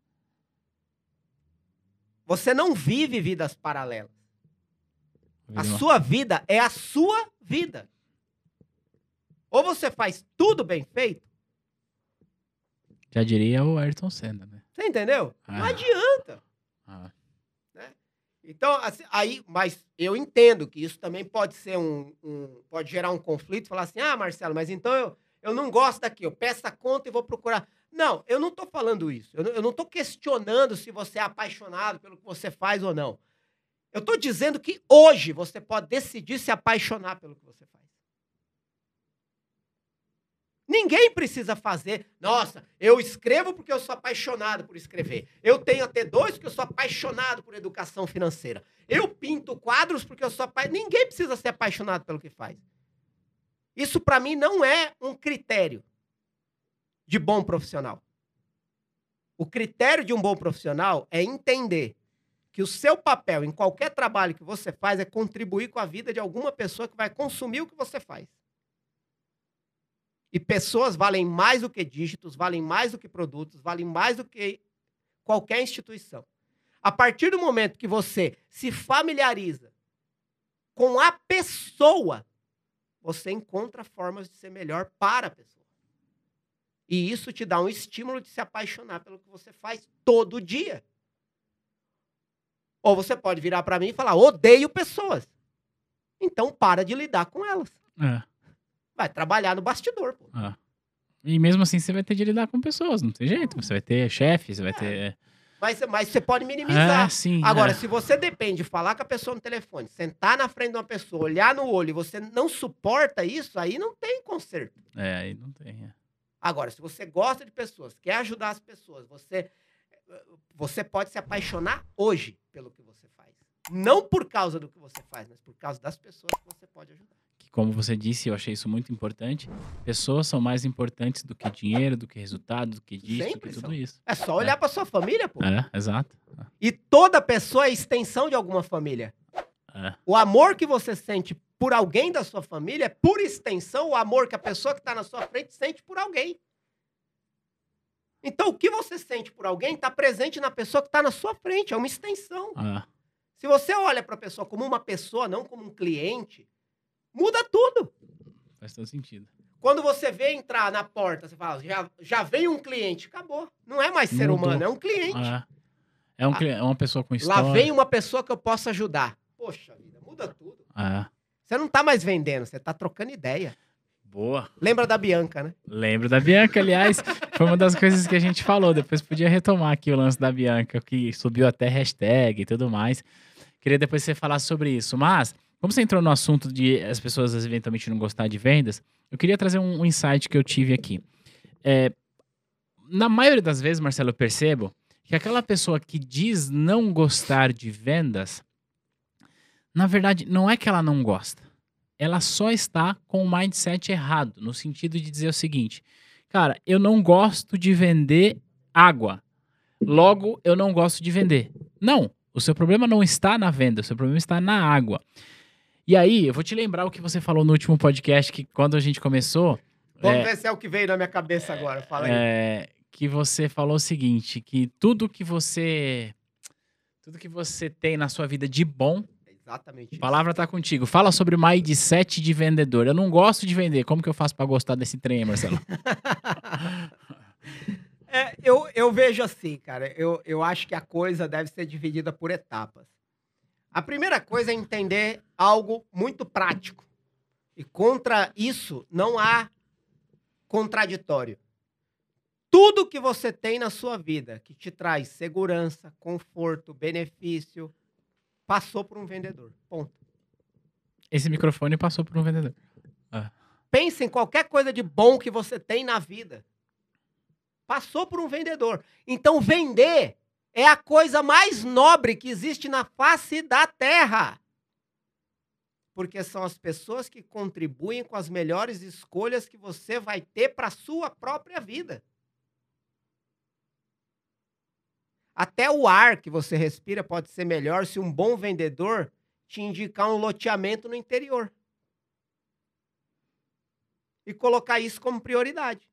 Você não vive vidas paralelas. A sua vida é a sua vida. Ou você faz tudo bem feito. Já diria o Ayrton Senna, né? Você entendeu? Ah. Não adianta. Ah. Né? Então, assim, aí, mas eu entendo que isso também pode ser um, um... Pode gerar um conflito. Falar assim, ah, Marcelo, mas então eu, eu não gosto daqui. Eu peço a conta e vou procurar... Não, eu não tô falando isso. Eu não, eu não tô questionando se você é apaixonado pelo que você faz ou não. Eu tô dizendo que hoje você pode decidir se apaixonar pelo que você faz. Ninguém precisa fazer. Nossa, eu escrevo porque eu sou apaixonado por escrever. Eu tenho a T dois porque eu sou apaixonado por educação financeira. Eu pinto quadros porque eu sou apaixonado. Ninguém precisa ser apaixonado pelo que faz. Isso para mim não é um critério de bom profissional. O critério de um bom profissional é entender que o seu papel em qualquer trabalho que você faz é contribuir com a vida de alguma pessoa que vai consumir o que você faz. E pessoas valem mais do que dígitos, valem mais do que produtos, valem mais do que qualquer instituição. A partir do momento que você se familiariza com a pessoa, você encontra formas de ser melhor para a pessoa. E isso te dá um estímulo de se apaixonar pelo que você faz todo dia. Ou você pode virar para mim e falar, odeio pessoas. Então para de lidar com elas. É. Vai trabalhar no bastidor, pô. Ah. E mesmo assim você vai ter de lidar com pessoas, não tem jeito. Você vai ter chefe, você vai É. ter... Mas, mas você pode minimizar. É, sim. Agora, é. se você depende de falar com a pessoa no telefone, sentar na frente de uma pessoa, olhar no olho e você não suporta isso, aí não tem conserto. É, aí não tem. É. Agora, se você gosta de pessoas, quer ajudar as pessoas, você, você pode se apaixonar hoje pelo que você faz. Não por causa do que você faz, mas por causa das pessoas que você pode ajudar. Que, como você disse, eu achei isso muito importante. Pessoas são mais importantes do que dinheiro, do que resultado, do que disso, do Sempre que são. tudo isso. É só olhar É. pra sua família, pô. É, exato. E toda pessoa é extensão de alguma família. É. O amor que você sente por alguém da sua família é, por extensão, o amor que a pessoa que está na sua frente sente por alguém. Então, o que você sente por alguém está presente na pessoa que está na sua frente. É uma extensão. É. Se você olha para a pessoa como uma pessoa, não como um cliente, muda tudo. Faz todo sentido. Quando você vê entrar na porta, você fala, já, já veio um cliente. Acabou. Não é mais ser Mudou. humano, é um cliente. É, é, um, Ah, cli- é uma pessoa com história. Lá vem uma pessoa que eu posso ajudar. Poxa vida, muda tudo. É. Você não tá mais vendendo, você tá trocando ideia. Boa. Lembra da Bianca, né? Lembro da Bianca, aliás, foi uma das coisas que a gente falou. Depois podia retomar aqui o lance da Bianca, que subiu até hashtag e tudo mais. Queria depois você falar sobre isso. Mas, como você entrou no assunto de as pessoas eventualmente não gostar de vendas, eu queria trazer um, um insight que eu tive aqui. É, na maioria das vezes, Marcelo, eu percebo que aquela pessoa que diz não gostar de vendas, na verdade, não é que ela não gosta. Ela só está com o mindset errado, no sentido de dizer o seguinte, cara, eu não gosto de vender água, logo eu não gosto de vender. Não, o seu problema não está na venda, o seu problema está na água. E aí, eu vou te lembrar o que você falou no último podcast, que quando a gente começou... Vamos é, ver se é o que veio na minha cabeça agora. Fala aí. é, que você falou o seguinte, que tudo que você... Tudo que você tem na sua vida de bom, Exatamente a isso. palavra tá contigo. Fala sobre o mindset de vendedor. Eu não gosto de vender. Como que eu faço pra gostar desse trem, Marcelo? É, eu, eu vejo assim, cara. Eu, eu acho que a coisa deve ser dividida por etapas. A primeira coisa é entender algo muito prático. E contra isso não há contraditório. Tudo que você tem na sua vida que te traz segurança, conforto, benefício, passou por um vendedor. Ponto. Esse microfone passou por um vendedor. Ah. Pense em qualquer coisa de bom que você tem na vida. Passou por um vendedor. Então, vender é a coisa mais nobre que existe na face da terra. Porque são as pessoas que contribuem com as melhores escolhas que você vai ter para a sua própria vida. Até o ar que você respira pode ser melhor se um bom vendedor te indicar um loteamento no interior. E colocar isso como prioridade.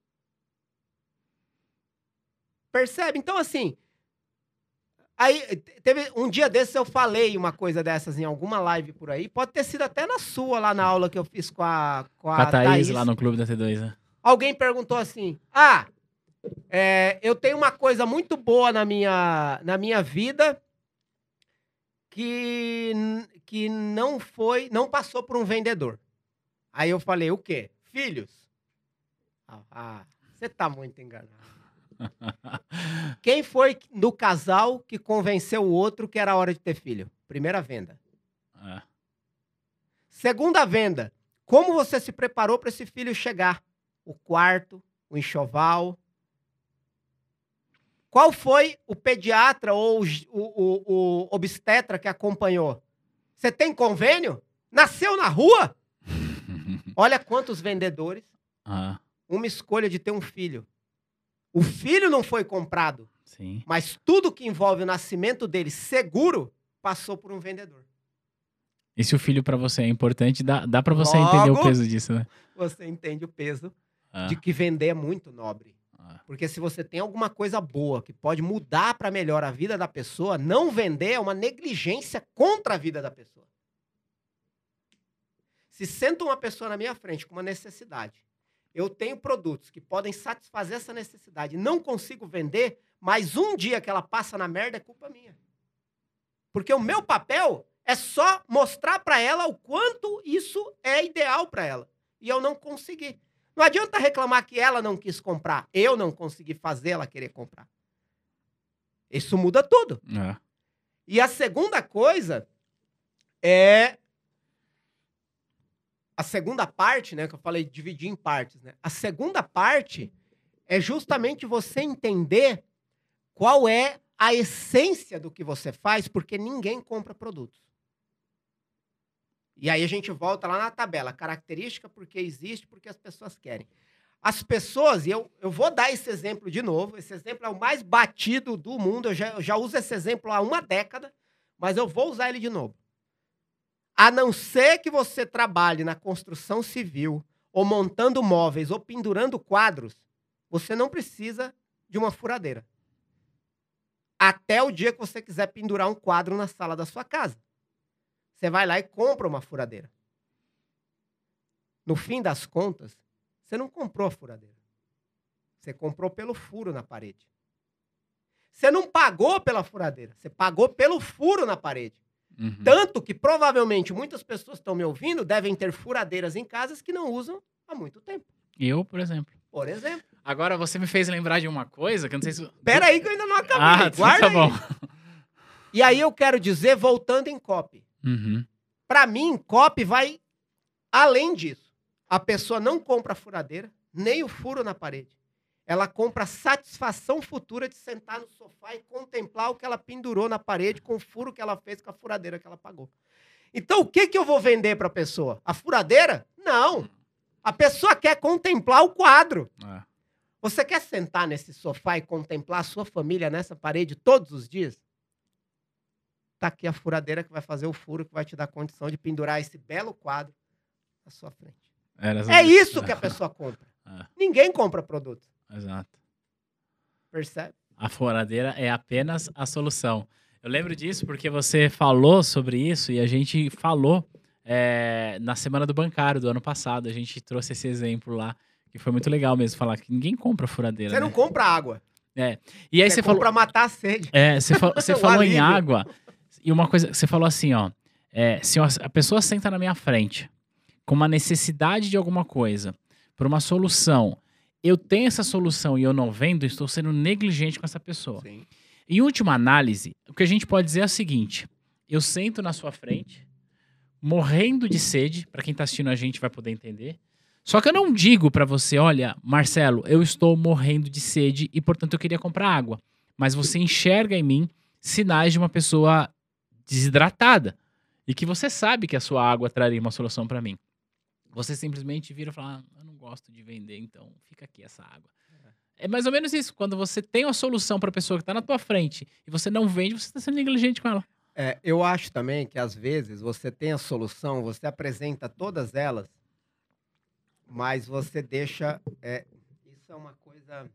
Percebe? Então, assim... Aí, teve um dia desses eu falei uma coisa dessas em alguma live por aí. Pode ter sido até na sua, lá na aula que eu fiz com a, com a, Com a Thaís, Thaís. lá no Clube da T dois, né? Alguém perguntou assim, ah, é, eu tenho uma coisa muito boa na minha, na minha vida que, que não foi, não passou por um vendedor. Aí eu falei, o quê? Filhos. Ah, você tá muito enganado. Quem foi do casal que convenceu o outro que era hora de ter filho? Primeira venda. É. Segunda venda. Como você se preparou para esse filho chegar? O quarto, o enxoval. Qual foi o pediatra ou o, o, o obstetra que acompanhou? Você tem convênio? Nasceu na rua? Olha quantos vendedores. Ah. Uma escolha de ter um filho. O filho não foi comprado. Sim. Mas tudo que envolve o nascimento dele seguro passou por um vendedor. E se o filho pra você é importante, dá, dá pra você Logo, entender o peso disso, né? Você entende o peso Ah. de que vender é muito nobre. Ah. Porque se você tem alguma coisa boa que pode mudar para melhor a vida da pessoa, não vender é uma negligência contra a vida da pessoa. Se senta uma pessoa na minha frente com uma necessidade, eu tenho produtos que podem satisfazer essa necessidade, não consigo vender, mas um dia que ela passa na merda é culpa minha. Porque o meu papel é só mostrar para ela o quanto isso é ideal para ela. E eu não consegui. Não adianta reclamar que ela não quis comprar. Eu não consegui fazer ela querer comprar. Isso muda tudo. É. E a segunda coisa é... A segunda parte, né, que eu falei, dividir em partes, né? A segunda parte é justamente você entender qual é a essência do que você faz, porque ninguém compra produtos. E aí a gente volta lá na tabela, característica porque existe, porque as pessoas querem. As pessoas, e eu, eu vou dar esse exemplo de novo, esse exemplo é o mais batido do mundo, eu já, eu já uso esse exemplo há uma década, mas eu vou usar ele de novo. A não ser que você trabalhe na construção civil, ou montando móveis, ou pendurando quadros, você não precisa de uma furadeira. Até o dia que você quiser pendurar um quadro na sala da sua casa. Você vai lá e compra uma furadeira. No fim das contas, você não comprou a furadeira. Você comprou pelo furo na parede. Você não pagou pela furadeira, você pagou pelo furo na parede. Uhum. Tanto que, provavelmente, muitas pessoas que estão me ouvindo devem ter furadeiras em casas que não usam há muito tempo. Eu, por exemplo. Por exemplo. Agora, você me fez lembrar de uma coisa que eu não sei se... Pera aí que eu ainda não acabei. Ah, Guarda tá aí. bom. E aí eu quero dizer, voltando em copy. Uhum. Para mim, copy vai além disso. A pessoa não compra a furadeira, nem o furo na parede. Ela compra a satisfação futura de sentar no sofá e contemplar o que ela pendurou na parede com o furo que ela fez com a furadeira que ela pagou. Então, o que, que eu vou vender para a pessoa? A furadeira? Não. A pessoa quer contemplar o quadro. É. Você quer sentar nesse sofá e contemplar a sua família nessa parede todos os dias? Tá aqui a furadeira que vai fazer o furo, que vai te dar condição de pendurar esse belo quadro na sua frente. Era É isso que a é. pessoa compra. É. Ninguém compra produto. Exato. Percebe? A furadeira é apenas a solução. Eu lembro disso porque você falou sobre isso e a gente falou é, na Semana do Bancário do ano passado. A gente trouxe esse exemplo lá, que foi muito legal mesmo falar que ninguém compra furadeira. Você né? não compra água. É. E aí você, Você falou. compra matar a sede. É, você, fa você O falou em alívio. água. E uma coisa, você falou assim, ó. É, se a pessoa senta na minha frente com uma necessidade de alguma coisa, por uma solução, eu tenho essa solução e eu não vendo, estou sendo negligente com essa pessoa. Sim. Em última análise, o que a gente pode dizer é o seguinte: eu sento na sua frente, morrendo de sede, para quem está assistindo a gente vai poder entender. Só que eu não digo para você, olha, Marcelo, eu estou morrendo de sede e, portanto, eu queria comprar água. Mas você enxerga em mim sinais de uma pessoa desidratada e que você sabe que a sua água traria uma solução para mim. Você simplesmente vira e fala, ah, eu não gosto de vender, então fica aqui essa água. É mais ou menos isso. Quando você tem uma solução para a pessoa que está na tua frente e você não vende, você está sendo negligente com ela. É, eu acho também que às vezes você tem a solução, você apresenta todas elas, mas você deixa. É, isso é uma coisa.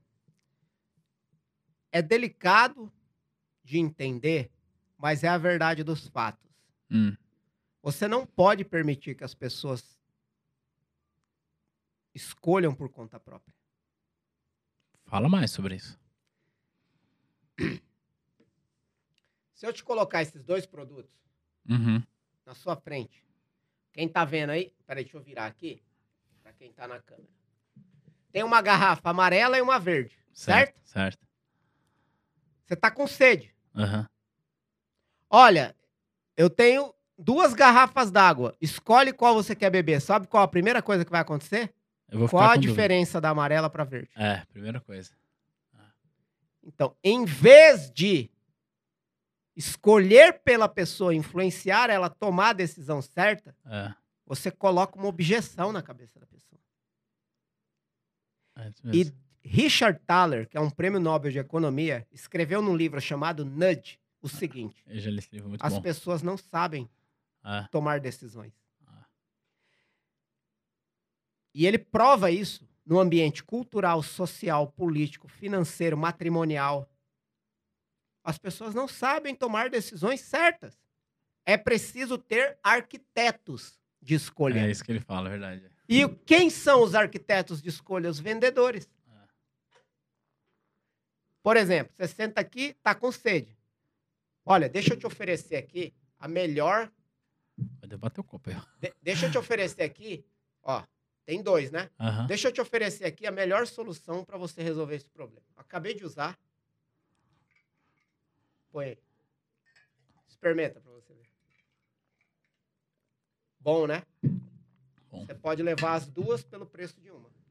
É delicado de entender, mas é a verdade dos fatos. Hum, Você não pode permitir que as pessoas escolham por conta própria. fala mais sobre isso. Se eu te colocar esses dois produtos Uhum. na sua frente, quem tá vendo aí? Peraí, deixa eu virar aqui, para quem tá na câmera. Tem uma garrafa amarela e uma verde, certo? Certo, certo. Você tá com sede. Aham. Olha, eu tenho duas garrafas d'água. Escolhe qual você quer beber. Sabe qual a primeira coisa que vai acontecer? Eu vou Qual ficar a com dúvida. diferença da amarela para verde? É, primeira coisa. Então, em vez de escolher pela pessoa, influenciar ela a tomar a decisão certa, É, você coloca uma objeção na cabeça da pessoa. é isso E mesmo. Richard Thaler, que é um prêmio Nobel de Economia, escreveu num livro chamado Nudge o seguinte: Eu já li esse livro, muito as bom. pessoas não sabem É, tomar decisões. Ah. E ele prova isso no ambiente cultural, social, político, financeiro, matrimonial. As pessoas não sabem tomar decisões certas. É preciso ter arquitetos de escolha. é isso que ele fala, é verdade. E quem são os arquitetos de escolha? Os vendedores. É. Por exemplo, você senta aqui, tá com sede. Olha, deixa eu te oferecer aqui a melhor... Vai debater o copo aí. ó. de- deixa eu te oferecer aqui, ó, tem dois, né? Aham. Deixa eu te oferecer aqui a melhor solução para você resolver esse problema. Acabei de usar. Põe aí. Experimenta para você ver. Bom, né? Bom. Você pode levar as duas pelo preço de uma.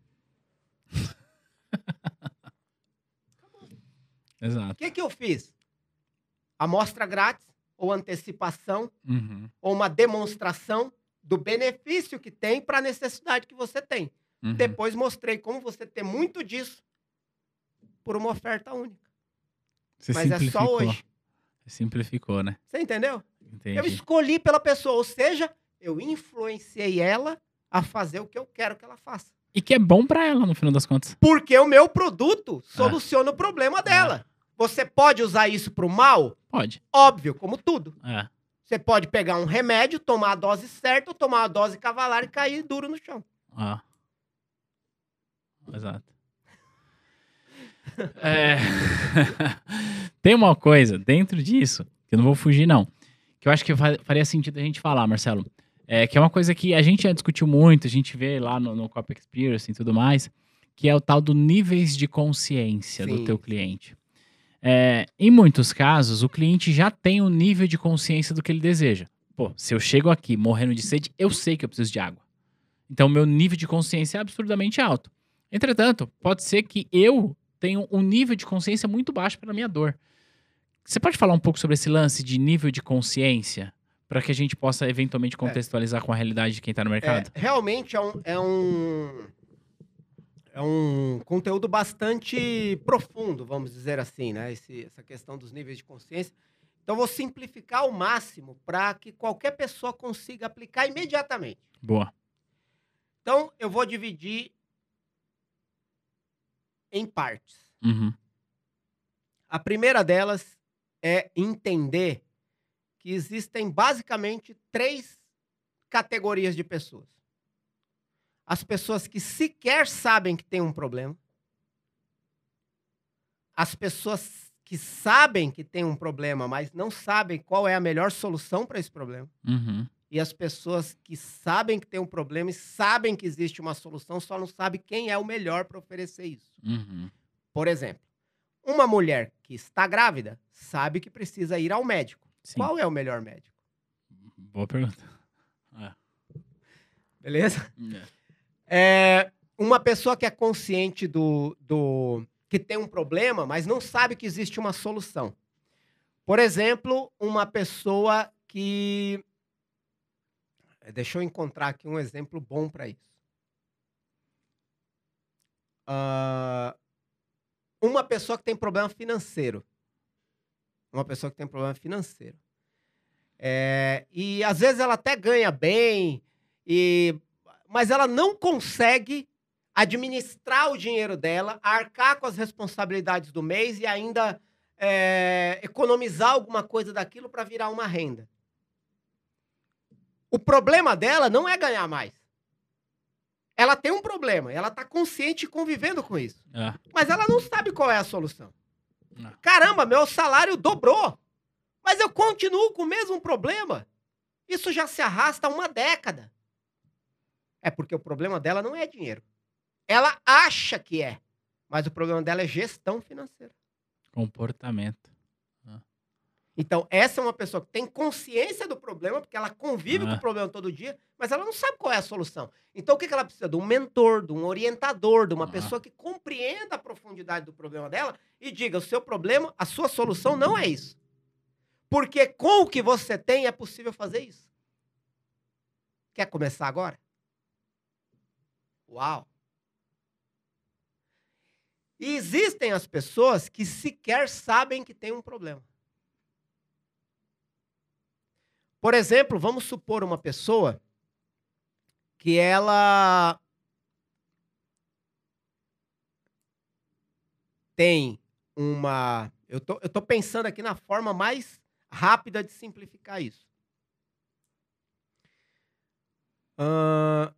O Exato. que que eu fiz? Amostra grátis, ou antecipação, Uhum. ou uma demonstração do benefício que tem para a necessidade que você tem. Uhum. Depois mostrei como você ter muito disso por uma oferta única. Você Mas é só simplificou. hoje. Você simplificou, né? Você entendeu? Entendi. Eu escolhi pela pessoa, ou seja, eu influenciei ela a fazer o que eu quero que ela faça. E que é bom pra ela, no final das contas. Porque o meu produto soluciona o problema dela. Você pode usar isso pro mal? Pode. Óbvio, como tudo. É. Você pode pegar um remédio, tomar a dose certa, ou tomar a dose cavalar e cair duro no chão. Ah. Exato. É... Tem uma coisa dentro disso, que eu não vou fugir, não. Que eu acho que fa- faria sentido a gente falar, Marcelo. É, que é uma coisa que a gente já discutiu muito, a gente vê lá no, no Cop Experience e tudo mais, que é o tal do níveis de consciência do Sim. teu cliente. É, em muitos casos, o cliente já tem um nível de consciência do que ele deseja. Pô, se eu chego aqui morrendo de sede, eu sei que eu preciso de água. Então, meu nível de consciência é absurdamente alto. Entretanto, pode ser que eu tenha um nível de consciência muito baixo para a minha dor. Você pode falar um pouco sobre esse lance de nível de consciência, para que a gente possa eventualmente contextualizar com a realidade de quem está no mercado? É, realmente é um, é um é um conteúdo bastante profundo, vamos dizer assim, né? Esse- essa questão dos níveis de consciência. Então, eu vou simplificar ao máximo para que qualquer pessoa consiga aplicar imediatamente. Boa. Então, eu vou dividir em partes. Uhum. A primeira delas é entender que existem basicamente três categorias de pessoas. As pessoas que sequer sabem que tem um problema. As pessoas que sabem que tem um problema, mas não sabem qual é a melhor solução para esse problema. Uhum. E as pessoas que sabem que tem um problema e sabem que existe uma solução, só não sabem quem é o melhor para oferecer isso. Uhum. Por exemplo, uma mulher que está grávida sabe que precisa ir ao médico. Sim. Qual é o melhor médico? Boa pergunta. É. Beleza? É. É, uma pessoa que é consciente do, do que tem um problema, mas não sabe que existe uma solução. Por exemplo, uma pessoa que... Deixa eu encontrar aqui um exemplo bom para isso. Ah, uma pessoa que tem problema financeiro. Uma pessoa que tem problema financeiro. É, e às vezes ela até ganha bem, e, mas ela não consegue administrar o dinheiro dela, arcar com as responsabilidades do mês e ainda é, economizar alguma coisa daquilo para virar uma renda. O problema dela não é ganhar mais. Ela tem um problema, ela está consciente e convivendo com isso. É. Mas ela não sabe qual é a solução. É. Caramba, meu salário dobrou, mas eu continuo com o mesmo problema. Isso já se arrasta há uma década. É porque o problema dela não é dinheiro. Ela acha que é, mas o problema dela é gestão financeira. Comportamento. Então, essa é uma pessoa que tem consciência do problema, porque ela convive Ah. com o problema todo dia, mas ela não sabe qual é a solução. Então, o que que ela precisa? De um mentor, de um orientador, de uma Ah. pessoa que compreenda a profundidade do problema dela e diga, o seu problema, a sua solução não é isso. Porque com o que você tem é possível fazer isso. Quer começar agora? Uau! E existem as pessoas que sequer sabem que tem um problema. Por exemplo, vamos supor uma pessoa que ela tem uma... Eu tô, eu tô pensando aqui na forma mais rápida de simplificar isso. Uh,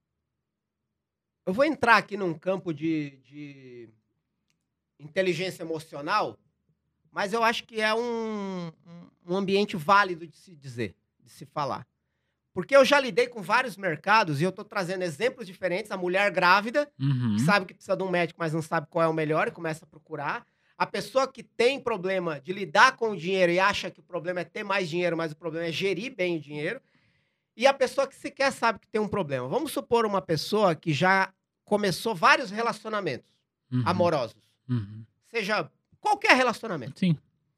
eu vou entrar aqui num campo de, de inteligência emocional, mas eu acho que é um, um ambiente válido de se dizer, de se falar. Porque eu já lidei com vários mercados e eu estou trazendo exemplos diferentes. A mulher grávida, Uhum. que sabe que precisa de um médico, mas não sabe qual é o melhor e começa a procurar. A pessoa que tem problema de lidar com o dinheiro e acha que o problema é ter mais dinheiro, mas o problema é gerir bem o dinheiro. E a pessoa que sequer sabe que tem um problema. Vamos supor uma pessoa que já começou vários relacionamentos Uhum. amorosos. Uhum. Seja qualquer relacionamento. Sim.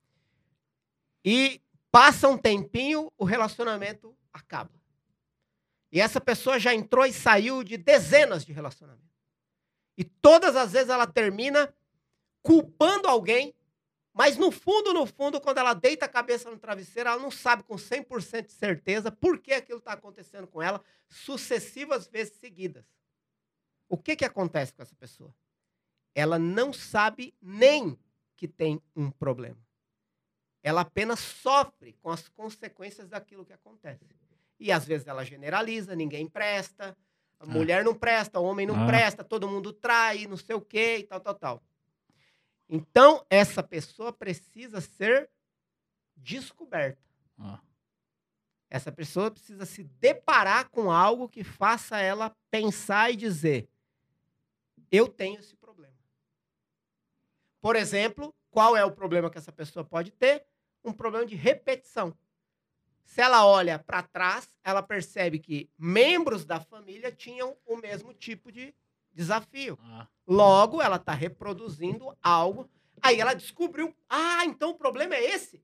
E passa um tempinho, o relacionamento acaba. E essa pessoa já entrou e saiu de dezenas de relacionamentos. E todas as vezes ela termina culpando alguém, mas no fundo, no fundo, quando ela deita a cabeça no travesseiro, ela não sabe com cem por cento de certeza por que aquilo está acontecendo com ela sucessivas vezes seguidas. O que que acontece com essa pessoa? Ela não sabe nem que tem um problema. Ela apenas sofre com as consequências daquilo que acontece. E às vezes ela generaliza, ninguém presta, a Ah. mulher não presta, o homem não Ah. presta, todo mundo trai, não sei o quê e tal, tal, tal. Então, essa pessoa precisa ser descoberta. Ah. Essa pessoa precisa se deparar com algo que faça ela pensar e dizer, eu tenho esse problema. Por exemplo, qual é o problema que essa pessoa pode ter? Um problema de repetição. Se ela olha para trás, ela percebe que membros da família tinham o mesmo tipo de desafio. Ah. Logo, ela está reproduzindo algo. Aí ela descobriu, ah, então o problema é esse?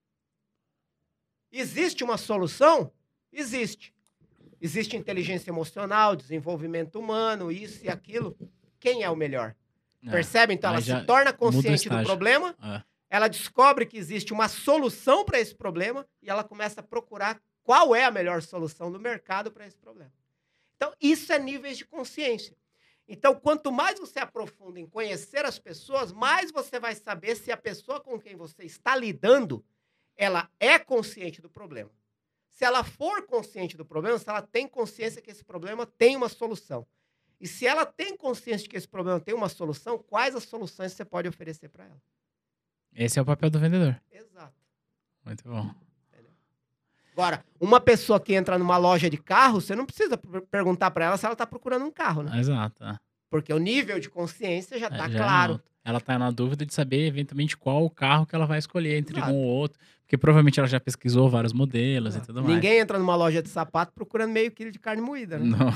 Existe uma solução? Existe. Existe inteligência emocional, desenvolvimento humano, isso e aquilo. Quem é o melhor? É. Percebe? Então, ela Aí já se torna muda o consciente do estágio. problema, É. ela descobre que existe uma solução para esse problema e ela começa a procurar qual é a melhor solução do mercado para esse problema. Então, isso é níveis de consciência. Então, quanto mais você aprofunda em conhecer as pessoas, mais você vai saber se a pessoa com quem você está lidando, ela é consciente do problema. Se ela for consciente do problema, se ela tem consciência que esse problema tem uma solução. E se ela tem consciência de que esse problema tem uma solução, quais as soluções você pode oferecer para ela? Esse é o papel do vendedor. Exato. Muito bom. Agora, uma pessoa que entra numa loja de carro, você não precisa per- perguntar para ela se ela está procurando um carro, né? Exato. é. Porque o nível de consciência já está É, já claro. não. Ela tá na dúvida de saber, eventualmente, qual o carro que ela vai escolher entre Exato. um ou outro. Porque provavelmente ela já pesquisou vários modelos e tudo mais. Ninguém entra numa loja de sapato procurando meio quilo de carne moída, né? Não.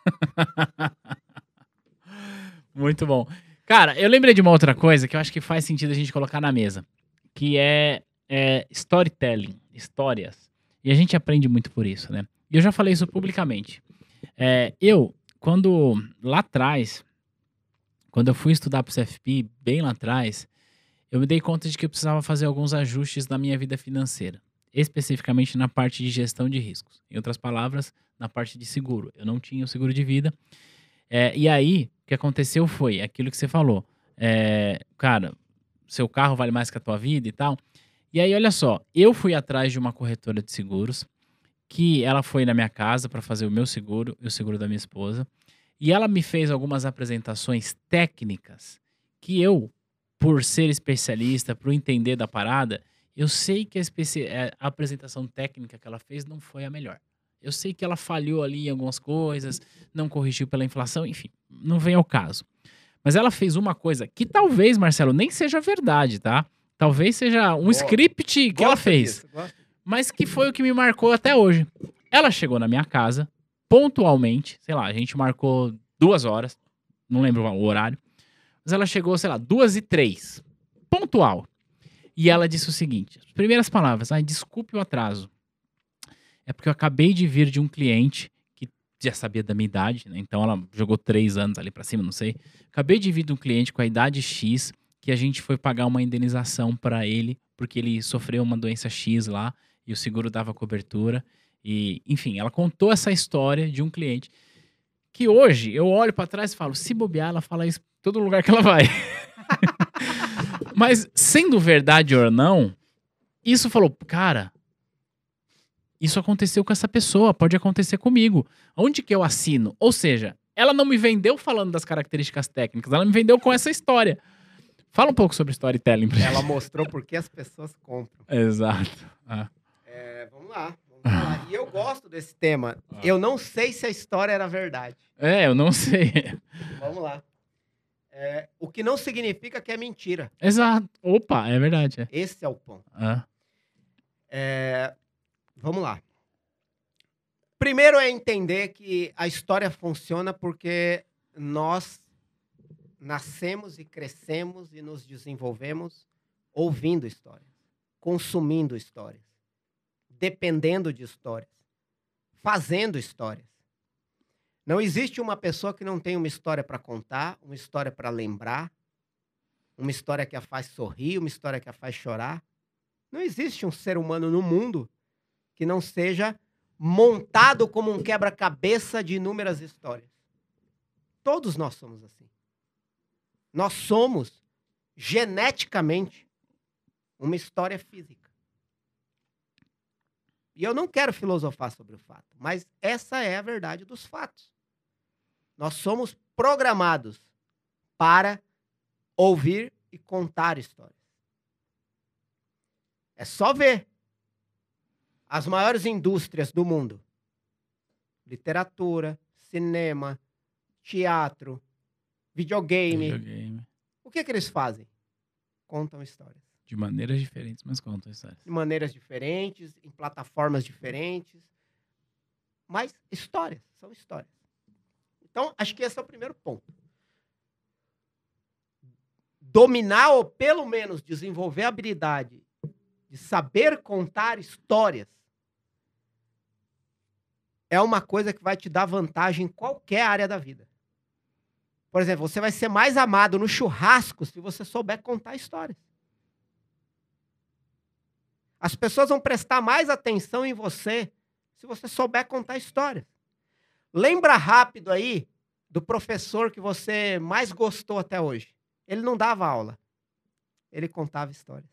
Muito bom. Cara, eu lembrei de uma outra coisa que eu acho que faz sentido a gente colocar na mesa. Que é, é storytelling, histórias. E a gente aprende muito por isso, né? E eu já falei isso publicamente. É, eu, quando lá atrás, quando eu fui estudar pro C F P, bem lá atrás, eu me dei conta de que eu precisava fazer alguns ajustes na minha vida financeira. especificamente na parte de gestão de riscos. Em outras palavras, na parte de seguro. Eu não tinha o seguro de vida. É, e aí, o que aconteceu foi aquilo que você falou. É, cara, seu carro vale mais que a tua vida e tal. E aí, olha só, eu fui atrás de uma corretora de seguros, que ela foi na minha casa para fazer o meu seguro e o seguro da minha esposa. E ela me fez algumas apresentações técnicas que eu, por ser especialista, por entender da parada, eu sei que a, especi- eh, a apresentação técnica que ela fez não foi a melhor. Eu sei que ela falhou ali em algumas coisas, não corrigiu pela inflação, enfim, não vem ao caso. Mas ela fez uma coisa que talvez, Marcelo, nem seja verdade, tá? Talvez seja um Boa. script que ela Gosto fez, disso, gosto. mas que foi o que me marcou até hoje. Ela chegou na minha casa, pontualmente, sei lá, a gente marcou duas horas, não lembro o horário, mas ela chegou, sei lá, duas e três, pontual. E ela disse o seguinte, as primeiras palavras, ai, desculpe o atraso, é porque eu acabei de vir de um cliente que já sabia da minha idade, né? Então ela jogou três anos ali pra cima, não sei. Acabei de vir de um cliente com a idade X, que a gente foi pagar uma indenização pra ele, porque ele sofreu uma doença X lá, e o seguro dava cobertura. E, enfim, ela contou essa história de um cliente que hoje eu olho pra trás e falo, se bobear, ela fala isso em todo lugar que ela vai. Mas, sendo verdade ou não, isso falou, cara, isso aconteceu com essa pessoa, pode acontecer comigo. Onde que eu assino? Ou seja, ela não me vendeu falando das características técnicas, ela me vendeu com essa história. Fala um pouco sobre storytelling pra Ela gente. mostrou por que as pessoas compram. Exato. Ah. É, vamos lá, vamos falar. E eu gosto desse tema. Ah. Eu não sei se a história era verdade. É, eu não sei. Vamos lá. É, o que não significa que é mentira. Exato. Opa, é verdade. É. Esse é o ponto. Ah. É, vamos lá. Primeiro é entender que a história funciona porque nós nascemos e crescemos e nos desenvolvemos ouvindo histórias, consumindo histórias, dependendo de histórias, fazendo histórias. Não existe uma pessoa que não tem uma história para contar, uma história para lembrar, uma história que a faz sorrir, uma história que a faz chorar. Não existe um ser humano no mundo que não seja montado como um quebra-cabeça de inúmeras histórias. Todos nós somos assim. Nós somos, geneticamente, uma história física. E eu não quero filosofar sobre o fato, mas essa é a verdade dos fatos. Nós somos programados para ouvir e contar histórias. É só ver as maiores indústrias do mundo. Literatura, cinema, teatro, videogame. Videogame. O que, que eles fazem? Contam histórias. De maneiras diferentes, mas contam histórias. De maneiras diferentes, em plataformas diferentes. Mas histórias, são histórias. Então, acho que esse é o primeiro ponto. Dominar ou, pelo menos, desenvolver a habilidade de saber contar histórias é uma coisa que vai te dar vantagem em qualquer área da vida. Por exemplo, você vai ser mais amado no churrasco se você souber contar histórias. As pessoas vão prestar mais atenção em você se você souber contar histórias. Lembra rápido aí do professor que você mais gostou até hoje. Ele não dava aula. Ele contava histórias.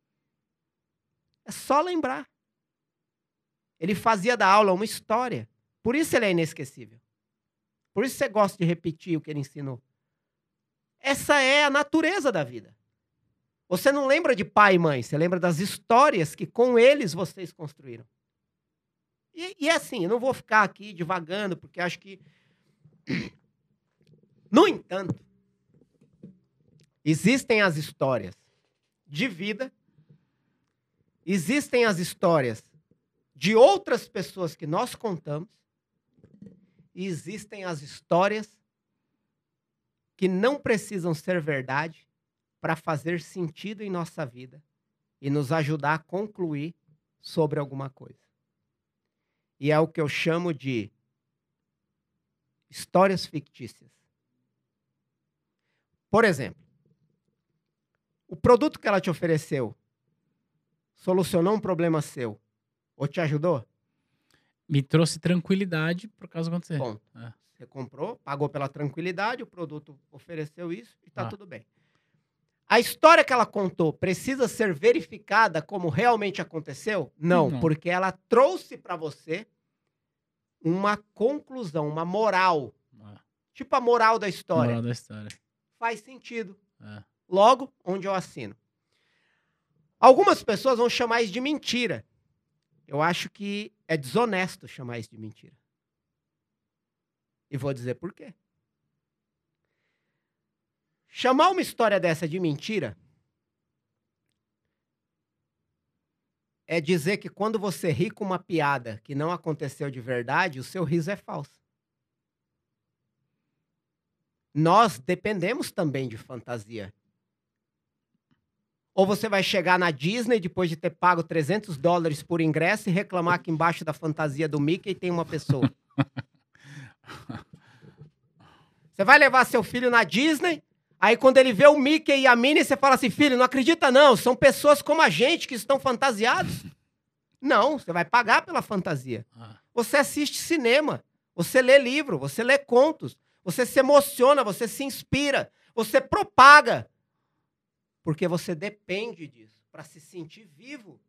É só lembrar. Ele fazia da aula uma história. Por isso ele é inesquecível. Por isso você gosta de repetir o que ele ensinou. Essa é a natureza da vida. Você não lembra de pai e mãe, você lembra das histórias que com eles vocês construíram. E, e é assim, eu não vou ficar aqui divagando, porque acho que... No entanto, existem as histórias de vida, existem as histórias de outras pessoas que nós contamos, e existem as histórias que não precisam ser verdade para fazer sentido em nossa vida e nos ajudar a concluir sobre alguma coisa. E é o que eu chamo de histórias fictícias. Por exemplo, o produto que ela te ofereceu solucionou um problema seu Ou te ajudou? Me trouxe tranquilidade por causa do que acontecer. Ponto. É. Você comprou, pagou pela tranquilidade, o produto ofereceu isso e tá Ah. tudo bem. A história que ela contou precisa ser verificada como realmente aconteceu? Não, Não. porque ela trouxe para você uma conclusão, uma moral. Ah, Tipo a moral da história. moral da história. Faz sentido. É. Logo, onde eu assino. Algumas pessoas vão chamar isso de mentira. Eu acho que é desonesto chamar isso de mentira. E vou dizer por quê. Chamar uma história dessa de mentira é dizer que quando você ri com uma piada que não aconteceu de verdade, o seu riso é falso. Nós dependemos também de fantasia. Ou você vai chegar na Disney depois de ter pago trezentos dólares por ingresso e reclamar que embaixo da fantasia do Mickey tem uma pessoa. Você vai levar seu filho na Disney, aí quando ele vê o Mickey e a Minnie, você fala assim, filho, não acredita não, são pessoas como a gente que estão fantasiados. Não, você vai pagar pela fantasia. Ah. Você assiste cinema, você lê livro, você lê contos, você se emociona, você se inspira, você propaga. Porque você depende disso para se sentir vivo.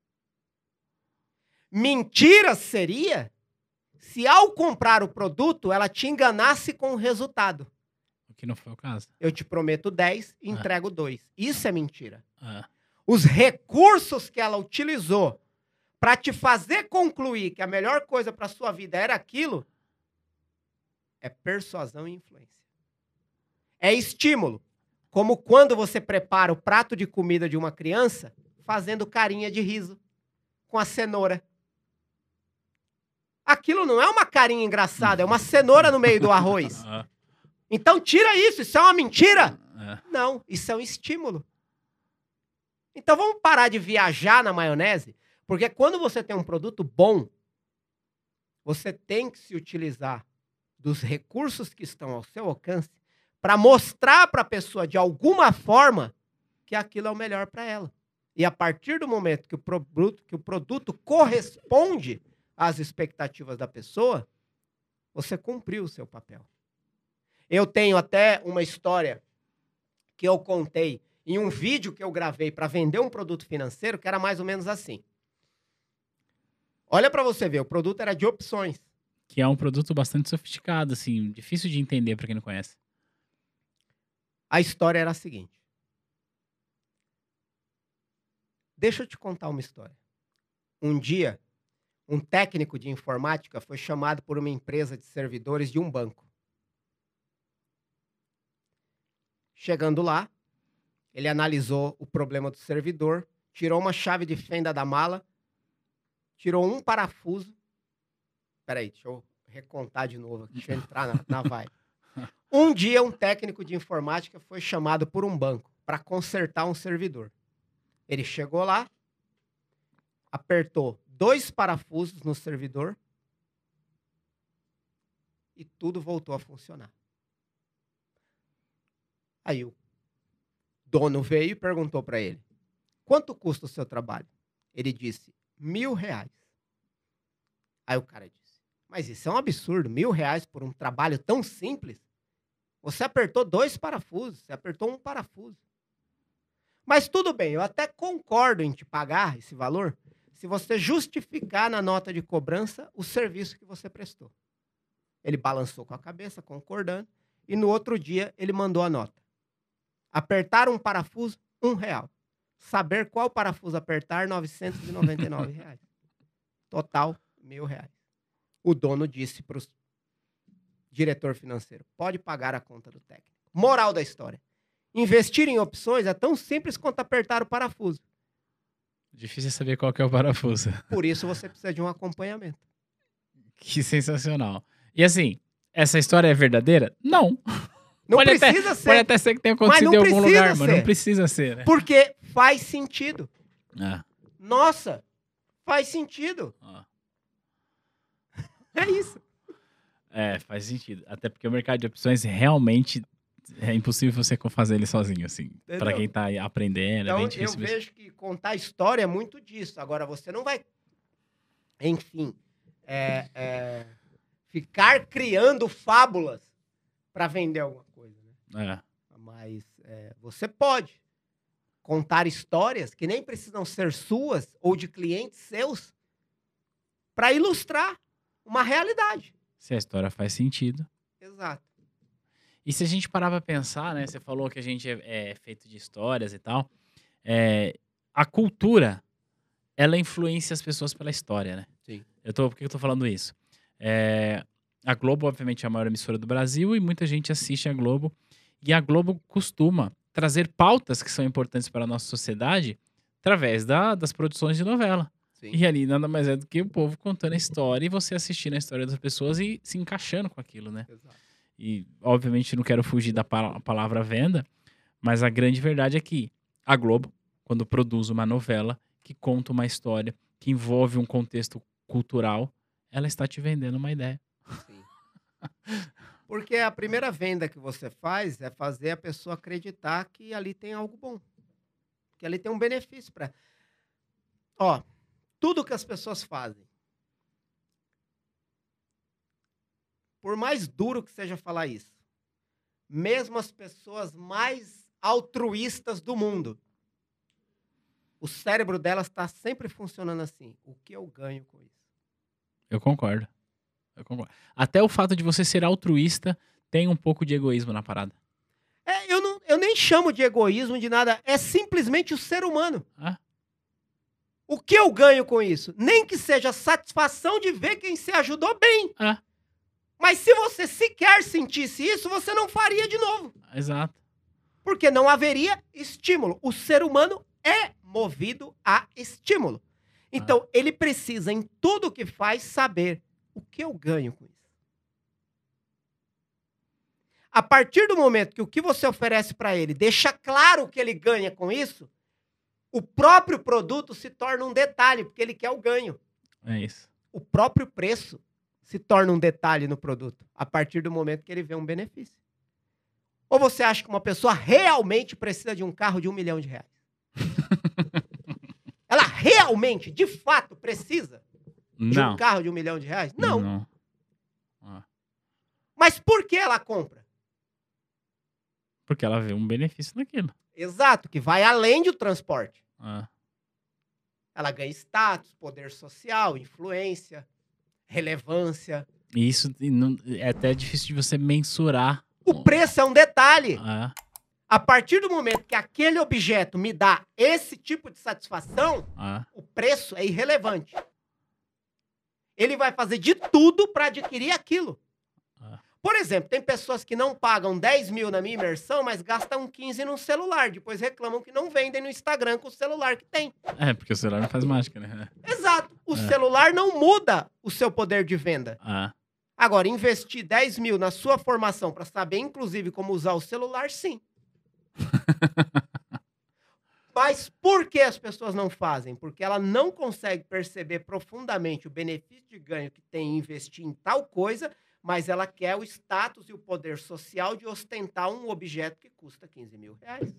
Mentira seria se ao comprar o produto ela te enganasse com o resultado. O que não foi o caso. Eu te prometo dez e entrego dois. Isso é mentira. Ah. Os recursos que ela utilizou para te fazer concluir que a melhor coisa para sua vida era aquilo é persuasão e influência. É estímulo. Como quando você prepara o prato de comida de uma criança fazendo carinha de riso com a cenoura. Aquilo não é uma carinha engraçada, é uma cenoura no meio do arroz. Ah. Então tira isso, isso é uma mentira? Ah. Não, isso é um estímulo. Então vamos parar de viajar na maionese, porque quando você tem um produto bom, você tem que se utilizar dos recursos que estão ao seu alcance para mostrar para a pessoa, de alguma forma, que aquilo é o melhor para ela. E a partir do momento que o, produto, que o produto corresponde às expectativas da pessoa, você cumpriu o seu papel. Eu tenho até uma história que eu contei em um vídeo que eu gravei para vender um produto financeiro, que era mais ou menos assim. Olha para você ver, o produto era de opções. Que é um produto bastante sofisticado, assim, difícil de entender para quem não conhece. A história era a seguinte. Deixa eu te contar uma história. Um dia, um técnico de informática foi chamado por uma empresa de servidores de um banco. Chegando lá, ele analisou o problema do servidor, tirou uma chave de fenda da mala, tirou um parafuso. Peraí, deixa eu recontar de novo aqui, deixa eu entrar na, na vibe. Um dia, um técnico de informática foi chamado por um banco para consertar um servidor. Ele chegou lá, apertou dois parafusos no servidor e tudo voltou a funcionar. Aí o dono veio e perguntou para ele, quanto custa o seu trabalho? Ele disse, mil reais. Aí o cara disse, mas isso é um absurdo, mil reais por um trabalho tão simples? Você apertou dois parafusos, você apertou um parafuso. Mas tudo bem, eu até concordo em te pagar esse valor se você justificar na nota de cobrança o serviço que você prestou. Ele balançou com a cabeça, concordando, e no outro dia ele mandou a nota. Apertar um parafuso, um real. Saber qual parafuso apertar, novecentos e noventa e nove reais. Total, mil reais. O dono disse para o diretor financeiro, pode pagar a conta do técnico. Moral da história. Investir em opções é tão simples quanto apertar o parafuso. Difícil saber qual que é o parafuso. Por isso você precisa de um acompanhamento. Que sensacional. E assim, essa história é verdadeira? Não. Não pode precisa até, ser. Pode até ser que tenha acontecido em algum lugar, mas ser. não precisa ser, né? Porque faz sentido. Ah. Nossa, faz sentido. Ah. É isso. É, faz sentido. Até porque o mercado de opções realmente é impossível você fazer ele sozinho, assim. Entendeu? Pra quem tá aí aprendendo, é Então bem eu difícil. mesmo. vejo que contar história é muito disso. Agora você não vai enfim, é, é, ficar criando fábulas para vender alguma coisa, né? É. Mas é, você pode contar histórias que nem precisam ser suas ou de clientes seus para ilustrar uma realidade. Se a história faz sentido. Exato. E se a gente parar pra pensar, né? Você falou que a gente é, é feito de histórias e tal. É, a cultura, ela influencia as pessoas pela história, né? Sim. Eu tô, por que eu tô falando isso? É, a Globo, obviamente, é a maior emissora do Brasil e muita gente assiste a Globo. E a Globo costuma trazer pautas que são importantes para a nossa sociedade através da, das produções de novela. Sim. E ali nada mais é do que o povo contando a história e você assistindo a história das pessoas e se encaixando com aquilo, né? Exato. E, obviamente, não quero fugir da pa- palavra venda, mas a grande verdade é que a Globo, quando produz uma novela que conta uma história, que envolve um contexto cultural, ela está te vendendo uma ideia. Sim. Porque a primeira venda que você faz é fazer a pessoa acreditar que ali tem algo bom. Que ali tem um benefício para. Ó, tudo que as pessoas fazem, por mais duro que seja falar isso, mesmo as pessoas mais altruístas do mundo, o cérebro delas está sempre funcionando assim. O que eu ganho com isso? Eu concordo. Eu concordo. Até o fato de você ser altruísta tem um pouco de egoísmo na parada. É, eu, não, eu nem chamo de egoísmo, de nada. É simplesmente o ser humano. Ah, O que eu ganho com isso? Nem que seja a satisfação de ver quem se ajudou bem. ah, Mas se você sequer sentisse isso, você não faria de novo. exato. Porque não haveria estímulo. O ser humano é movido a estímulo. Então, ele precisa, em tudo que faz, saber o que eu ganho com isso. A partir do momento que o que você oferece para ele deixa claro o que ele ganha com isso, o próprio produto se torna um detalhe, porque ele quer o ganho. É isso. O próprio preço se torna um detalhe no produto, a partir do momento que ele vê um benefício. Ou você acha que uma pessoa realmente precisa de um carro de um milhão de reais? Ela realmente, de fato, precisa de Não. um carro de um milhão de reais? Não. Não. Ah, Mas por que ela compra? porque ela vê um benefício naquilo. Exato, que vai além do transporte. Ah, Ela ganha status, poder social, influência, relevância. e isso e não- é até difícil de você mensurar. O preço é um detalhe. Ah, A partir do momento que aquele objeto me dá esse tipo de satisfação, ah, o preço é irrelevante. Ele vai fazer de tudo para adquirir aquilo. ah. Por exemplo, tem pessoas que não pagam dez mil na minha imersão, mas gastam quinze no celular. Depois reclamam que não vendem no Instagram com o celular que tem. É, porque o celular não faz mágica, né? Exato. O É. celular não muda o seu poder de venda. Ah, Agora, investir dez mil na sua formação para saber, inclusive, como usar o celular, sim. Mas por que as pessoas não fazem? Porque ela não consegue perceber profundamente o benefício de ganho que tem em investir em tal coisa, mas ela quer o status e o poder social de ostentar um objeto que custa quinze mil reais.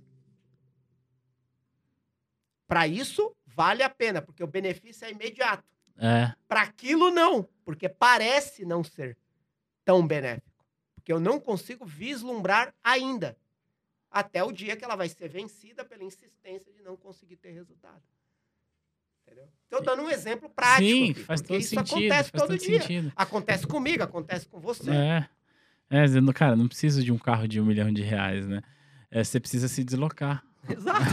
Para isso, vale a pena, porque o benefício é imediato. é. Para aquilo, não, porque parece não ser tão benéfico. Porque eu não consigo vislumbrar ainda. Até o dia que ela vai ser vencida pela insistência de não conseguir ter resultado. Entendeu? Estou dando um exemplo prático. Sim, aqui, faz porque todo isso sentido. acontece Faz todo todo dia. sentido. Acontece comigo, acontece com você. É. É, dizendo, cara, não preciso de um carro de um milhão de reais, né? É, você precisa se deslocar. Exato.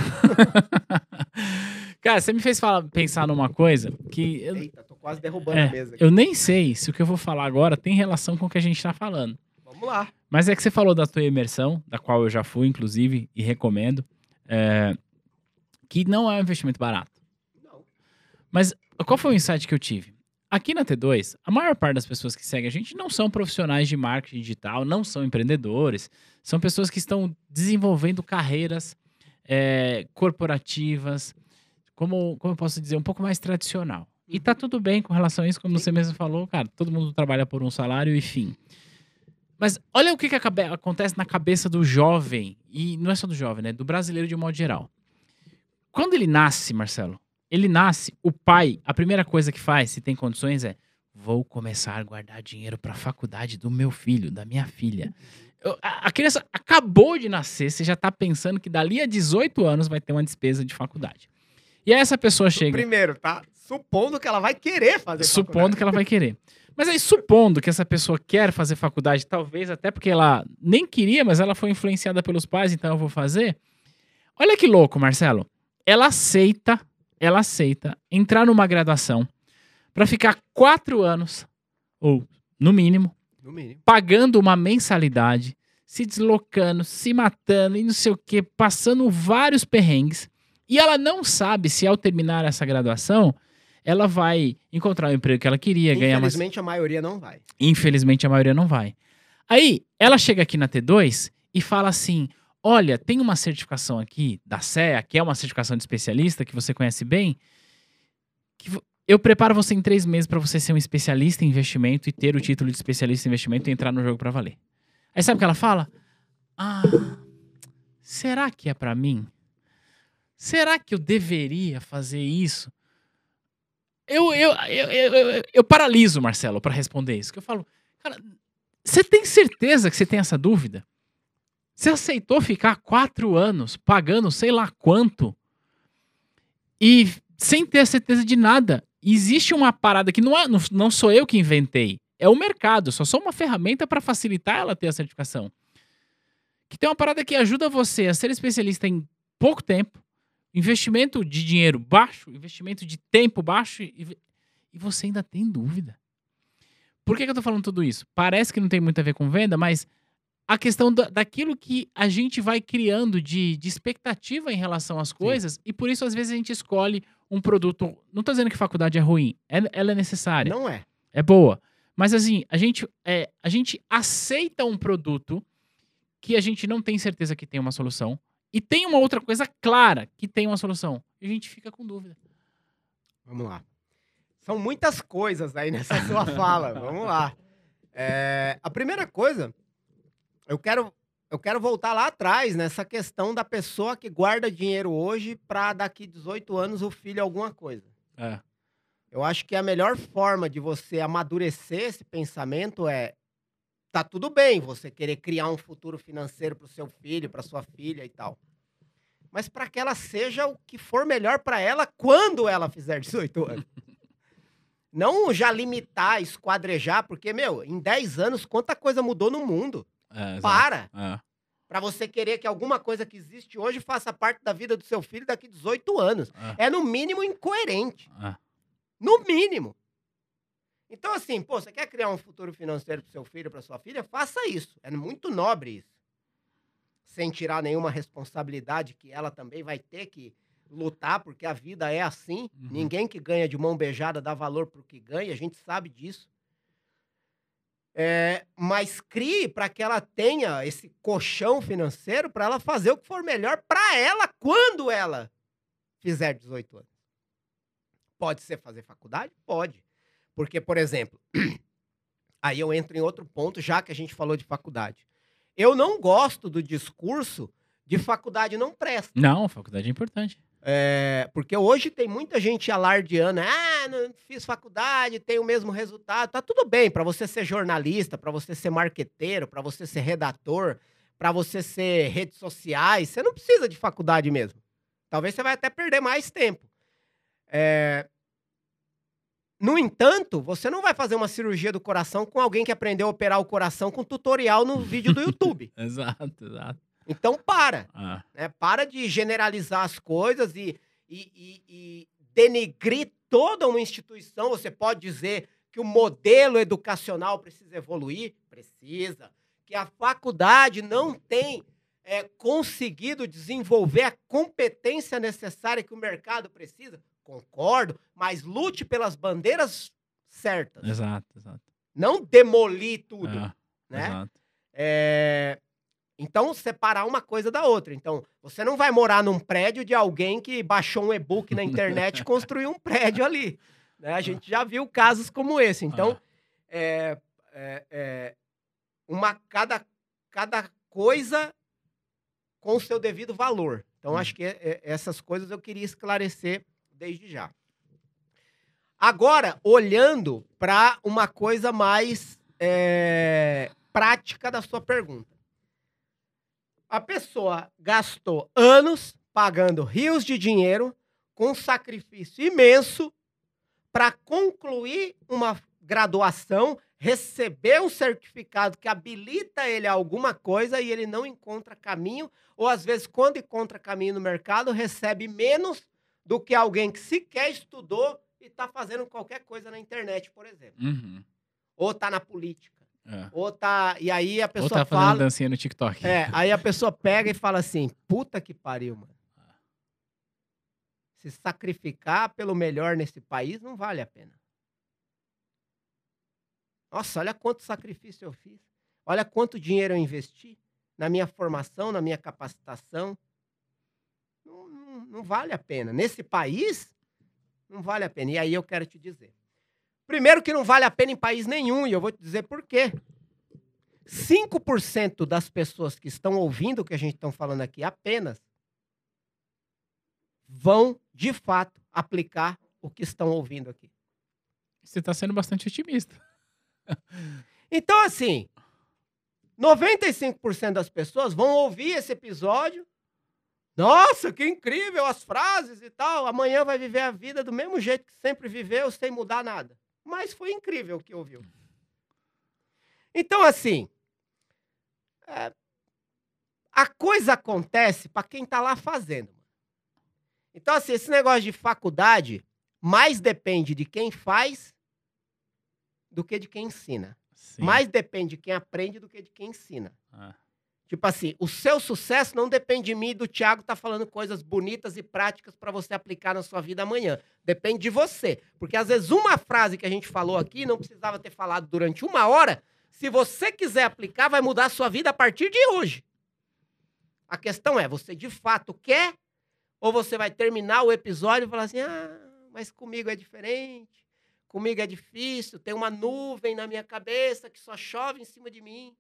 Cara, você me fez falar, pensar numa coisa que eu, Eita, tô quase derrubando é, a mesa aqui. eu nem sei se o que eu vou falar agora tem relação com o que a gente tá falando. Vamos lá. Mas é que você falou da tua imersão, da qual eu já fui, inclusive, e recomendo, é, que não é um investimento barato. Não. Mas qual foi o insight que eu tive? Aqui na T dois, a maior parte das pessoas que seguem a gente não são profissionais de marketing digital, não são empreendedores, são pessoas que estão desenvolvendo carreiras é, corporativas, como, como eu posso dizer, um pouco mais tradicional. E tá tudo bem com relação a isso, como Sim. você mesmo falou, cara, todo mundo trabalha por um salário e fim. Mas olha o que, que acabe- acontece na cabeça do jovem, e não é só do jovem, né? Do brasileiro de um modo geral. Quando ele nasce, Marcelo, ele nasce, o pai, a primeira coisa que faz, se tem condições, é vou começar a guardar dinheiro para a faculdade do meu filho, da minha filha. Eu- a, a criança acabou de nascer, você já tá pensando que dali a dezoito anos vai ter uma despesa de faculdade. E aí essa pessoa chega, Primeiro, tá? Supondo que ela vai querer fazer supondo faculdade. que ela vai querer. Mas aí, supondo que essa pessoa quer fazer faculdade, talvez até porque ela nem queria, mas ela foi influenciada pelos pais, então eu vou fazer. Olha que louco, Marcelo. Ela aceita, ela aceita entrar numa graduação para ficar quatro anos, ou no mínimo, No mínimo. pagando uma mensalidade, se deslocando, se matando e não sei o que, passando vários perrengues. E ela não sabe se ao terminar essa graduação, ela vai encontrar o emprego que ela queria, ganhar mais. Infelizmente, a maioria não vai. Infelizmente, a maioria não vai. Aí, ela chega aqui na T dois e fala assim, olha, tem uma certificação aqui da C E A, que é uma certificação de especialista, que você conhece bem, que vo- eu preparo você em três meses para você ser um especialista em investimento e ter o título de especialista em investimento e entrar no jogo para valer. Aí sabe o que ela fala? Ah, será que é para mim? Será que eu deveria fazer isso? Eu, eu, eu, eu, eu, eu paraliso, Marcelo, para responder isso. Que eu falo, cara, você tem certeza que você tem essa dúvida? Você aceitou ficar quatro anos pagando sei lá quanto e sem ter certeza de nada? Existe uma parada que não, é, não, não sou eu que inventei, é o mercado. Eu só sou uma ferramenta para facilitar ela ter a certificação. Que tem uma parada que ajuda você a ser especialista em pouco tempo, investimento de dinheiro baixo, investimento de tempo baixo, e, e você ainda tem dúvida. Por que, que eu tô falando tudo isso? Parece que não tem muito a ver com venda, mas a questão da, daquilo que a gente vai criando de, de expectativa em relação às coisas, e por isso às vezes a gente escolhe um produto. Não tô dizendo que faculdade é ruim, é, ela é necessária, Não é. é boa. Mas assim, a gente, é, a gente aceita um produto que a gente não tem certeza que tem uma solução, e tem uma outra coisa clara que tem uma solução. E a gente fica com dúvida. Vamos lá. São muitas coisas aí nessa sua fala. Vamos lá. É, a primeira coisa, eu quero, eu quero voltar lá atrás, nessa questão da pessoa que guarda dinheiro hoje para daqui dezoito anos o filho alguma coisa. É. Eu acho que a melhor forma de você amadurecer esse pensamento é: tá tudo bem você querer criar um futuro financeiro para o seu filho, para sua filha e tal. Mas para que ela seja o que for melhor para ela quando ela fizer dezoito anos. Não já limitar, esquadrejar, porque, meu, em dez anos, quanta coisa mudou no mundo. É, exato. Para. É. Para você querer que alguma coisa que existe hoje faça parte da vida do seu filho daqui a dezoito anos. É. É, no mínimo, incoerente. É. No mínimo. Então, assim, pô, você quer criar um futuro financeiro pro seu filho, pra sua filha? Faça isso. É muito nobre isso. Sem tirar nenhuma responsabilidade que ela também vai ter que lutar, porque a vida é assim. Uhum. Ninguém que ganha de mão beijada dá valor pro que ganha, a gente sabe disso. É, mas crie para que ela tenha esse colchão financeiro para ela fazer o que for melhor para ela quando ela fizer dezoito anos. Pode ser fazer faculdade? Pode. Porque, por exemplo, aí eu entro em outro ponto, já que a gente falou de faculdade. Eu não gosto do discurso de faculdade não presta. Não, faculdade é importante. É, porque hoje tem muita gente alardeando, ah, não fiz faculdade, tenho o mesmo resultado. Tá tudo bem para você ser jornalista, para você ser marqueteiro, para você ser redator, para você ser redes sociais. Você não precisa de faculdade mesmo. Talvez você vai até perder mais tempo. É... No entanto, você não vai fazer uma cirurgia do coração com alguém que aprendeu a operar o coração com tutorial no vídeo do YouTube. Exato, exato. Então, para. Ah. Né? Para de generalizar as coisas e, e, e, e denegrir toda uma instituição. Você pode dizer que o modelo educacional precisa evoluir? Precisa. Que a faculdade não tem é, conseguido desenvolver a competência necessária que o mercado precisa? Concordo, mas lute pelas bandeiras certas. Exato, exato. Não demolir tudo. Ah, né? Exato. É... Então, separar uma coisa da outra. Então, você não vai morar num prédio de alguém que baixou um e-book na internet e construiu um prédio ali. Né? A gente já viu casos como esse. Então, é, é, é uma, cada, cada coisa com o seu devido valor. Então, acho que é, é, essas coisas eu queria esclarecer desde já. Agora, olhando para uma coisa mais é, prática da sua pergunta. A pessoa gastou anos pagando rios de dinheiro com um sacrifício imenso para concluir uma graduação, receber um certificado que habilita ele a alguma coisa e ele não encontra caminho, ou às vezes, quando encontra caminho no mercado, recebe menos do que alguém que sequer estudou e está fazendo qualquer coisa na internet, por exemplo. Uhum. Ou está na política. É. Ou tá... E aí a pessoa Ou tá fazendo fala... dancinha no TikTok. É, aí a pessoa pega e fala assim, puta que pariu, mano. Se sacrificar pelo melhor nesse país não vale a pena. Nossa, olha quanto sacrifício eu fiz. Olha quanto dinheiro eu investi na minha formação, na minha capacitação. Não, não, não vale a pena. Nesse país, não vale a pena. E aí eu quero te dizer. Primeiro que não vale a pena em país nenhum, e eu vou te dizer por quê. cinco por cento das pessoas que estão ouvindo o que a gente está falando aqui apenas vão, de fato, aplicar o que estão ouvindo aqui. Você está sendo bastante otimista. Então, assim, noventa e cinco por cento das pessoas vão ouvir esse episódio. Nossa, que incrível as frases e tal. Amanhã vai viver a vida do mesmo jeito que sempre viveu, sem mudar nada. Mas foi incrível o que ouviu. Então, assim, é, a coisa acontece para quem está lá fazendo. Então, assim, esse negócio de faculdade mais depende de quem faz do que de quem ensina. Sim. Mais depende de quem aprende do que de quem ensina. Ah. Tipo assim, o seu sucesso não depende de mim e do Thiago tá falando coisas bonitas e práticas para você aplicar na sua vida amanhã. Depende de você. Porque às vezes uma frase que a gente falou aqui não precisava ter falado durante uma hora. Se você quiser aplicar, vai mudar a sua vida a partir de hoje. A questão é, você de fato quer? Ou você vai terminar o episódio e falar assim, ah, mas comigo é diferente, comigo é difícil, tem uma nuvem na minha cabeça que só chove em cima de mim.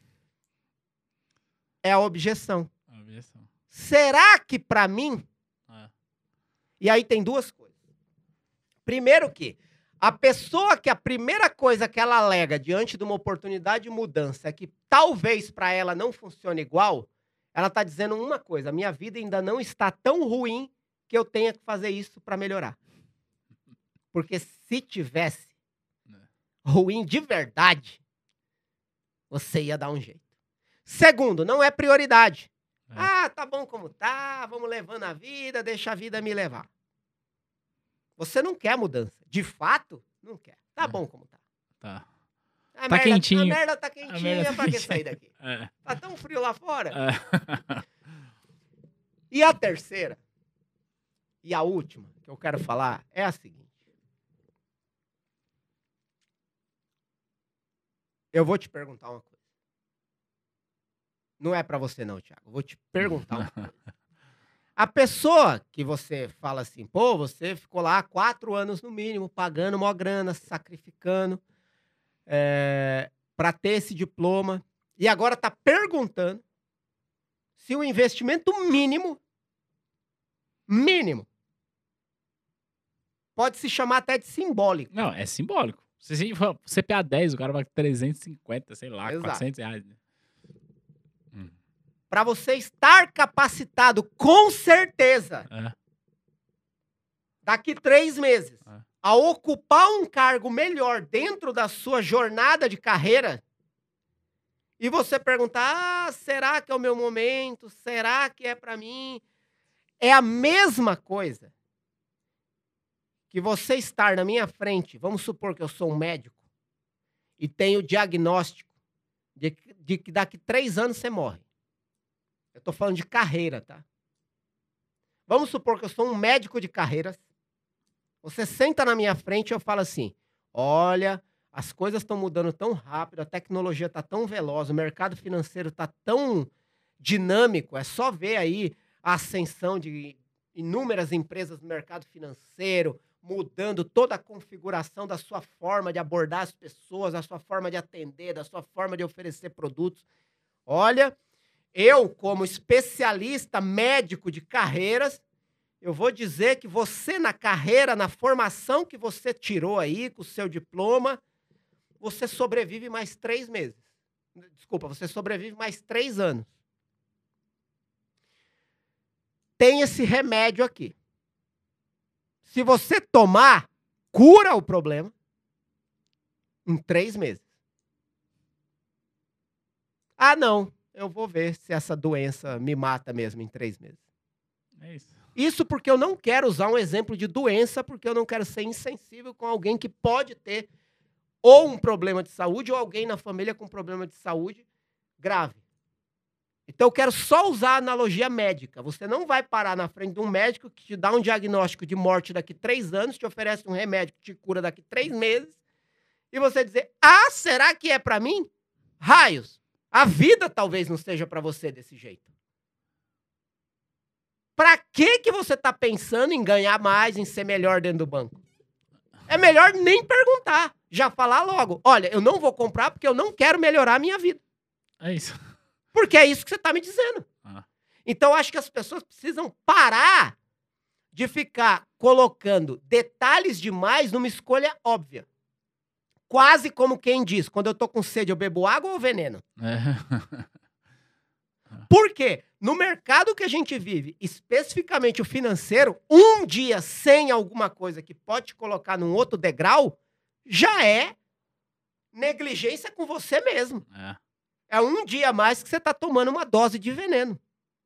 É a objeção. A objeção. Será que para mim... Ah. E aí tem duas coisas. Primeiro que a pessoa que a primeira coisa que ela alega diante de uma oportunidade de mudança é que talvez para ela não funcione igual... Ela está dizendo uma coisa, a minha vida ainda não está tão ruim que eu tenha que fazer isso para melhorar. Porque se tivesse ruim de verdade, você ia dar um jeito. Segundo, não é prioridade. É. Ah, tá bom como tá, vamos levando a vida, deixa a vida me levar. Você não quer mudança. De fato, não quer. Tá é. bom como tá. Tá. A tá merda, quentinho. A merda tá quentinha, merda tá pra que quentinha. sair daqui? É. Tá tão frio lá fora. É. E a terceira, e a última que eu quero falar é a seguinte. Eu vou te perguntar uma coisa. Não é pra você não, Thiago. Eu vou te perguntar uma coisa. A pessoa que você fala assim, pô, você ficou lá quatro anos no mínimo, pagando mó grana, sacrificando... É, para ter esse diploma, e agora está perguntando se o investimento mínimo, mínimo, pode se chamar até de simbólico. Não, é simbólico. Se C P A dez, o cara vai trezentos e cinquenta, sei lá, Exato. quatrocentos reais. Né? Hum. Para você estar capacitado, com certeza, é. daqui três meses, é. a ocupar um cargo melhor dentro da sua jornada de carreira, e você perguntar, ah, será que é o meu momento? Será que é para mim? É a mesma coisa que você estar na minha frente, vamos supor que eu sou um médico, e tenho o diagnóstico de, de que daqui três anos você morre. Eu tô falando de carreira, tá? Vamos supor que eu sou um médico de carreiras. Você senta na minha frente e eu falo assim, olha, as coisas estão mudando tão rápido, a tecnologia está tão veloz, o mercado financeiro está tão dinâmico, é só ver aí a ascensão de inúmeras empresas no mercado financeiro, mudando toda a configuração da sua forma de abordar as pessoas, da sua forma de atender, da sua forma de oferecer produtos. Olha, eu, como especialista médico de carreiras, Eu vou dizer que você, na carreira, na formação que você tirou aí, com o seu diploma, você sobrevive mais três meses. Desculpa, você sobrevive mais três anos. Tem esse remédio aqui. Se você tomar, cura o problema em três meses. Ah, não. Eu vou ver se essa doença me mata mesmo em três meses. É isso. Isso porque eu não quero usar um exemplo de doença, porque eu não quero ser insensível com alguém que pode ter ou um problema de saúde ou alguém na família com problema de saúde grave. Então eu quero só usar a analogia médica. Você não vai parar na frente de um médico que te dá um diagnóstico de morte daqui três anos, te oferece um remédio que te cura daqui três meses, e você dizer, ah, será que é pra mim? Raios! A vida talvez não seja pra você desse jeito. Pra que que você tá pensando em ganhar mais, em ser melhor dentro do banco? É melhor nem perguntar. Já falar logo. Olha, eu não vou comprar porque eu não quero melhorar a minha vida. É isso. Porque é isso que você tá me dizendo. Ah. Então, acho que as pessoas precisam parar de ficar colocando detalhes demais numa escolha óbvia. Quase como quem diz, quando eu tô com sede, eu bebo água ou veneno? É. Por quê? No mercado que a gente vive, especificamente o financeiro, um dia sem alguma coisa que pode te colocar num outro degrau, já é negligência com você mesmo. É. É um dia a mais que você tá tomando uma dose de veneno.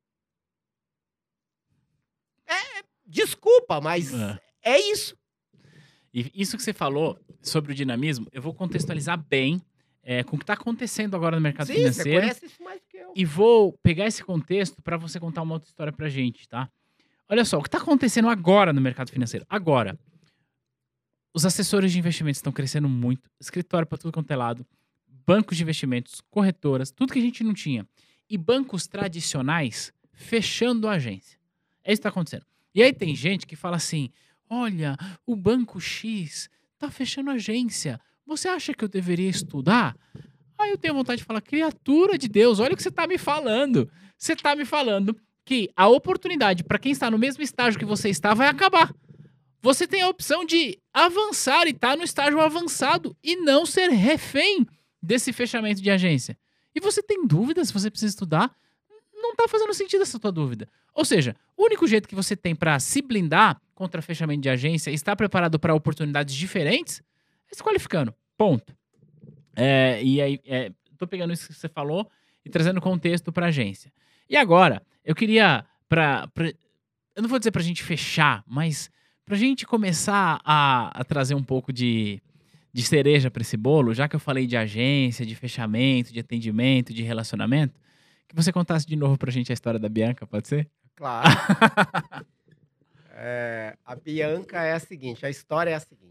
É, desculpa, mas É. é isso. E isso que você falou sobre o dinamismo, eu vou contextualizar bem é, com o que está acontecendo agora no mercado Sim, financeiro. você conhece isso mais do que eu. E vou pegar esse contexto para você contar uma outra história pra gente, tá? Olha só, o que está acontecendo agora no mercado financeiro? Agora, os assessores de investimentos estão crescendo muito, escritório para tudo quanto é lado, bancos de investimentos, corretoras, tudo que a gente não tinha. E bancos tradicionais fechando a agência. É isso que está acontecendo. E aí tem gente que fala assim, olha, o banco X tá fechando a agência. Você acha que eu deveria estudar? Aí eu tenho vontade de falar, criatura de Deus, olha o que você tá me falando. Você tá me falando que a oportunidade para quem está no mesmo estágio que você está vai acabar. Você tem a opção de avançar e estar no estágio avançado e não ser refém desse fechamento de agência. E você tem dúvida se você precisa estudar? Não tá fazendo sentido essa tua dúvida. Ou seja, o único jeito que você tem para se blindar contra fechamento de agência e estar preparado para oportunidades diferentes é se qualificando. Ponto. É, e aí, é, tô pegando isso que você falou e trazendo contexto pra agência. E agora, eu queria, pra, pra, eu não vou dizer pra gente fechar, mas pra gente começar a, a trazer um pouco de, de cereja pra esse bolo, já que eu falei de agência, de fechamento, de atendimento, de relacionamento, que você contasse de novo pra gente a história da Bianca, pode ser? Claro. É, a Bianca é a seguinte, a história é a seguinte.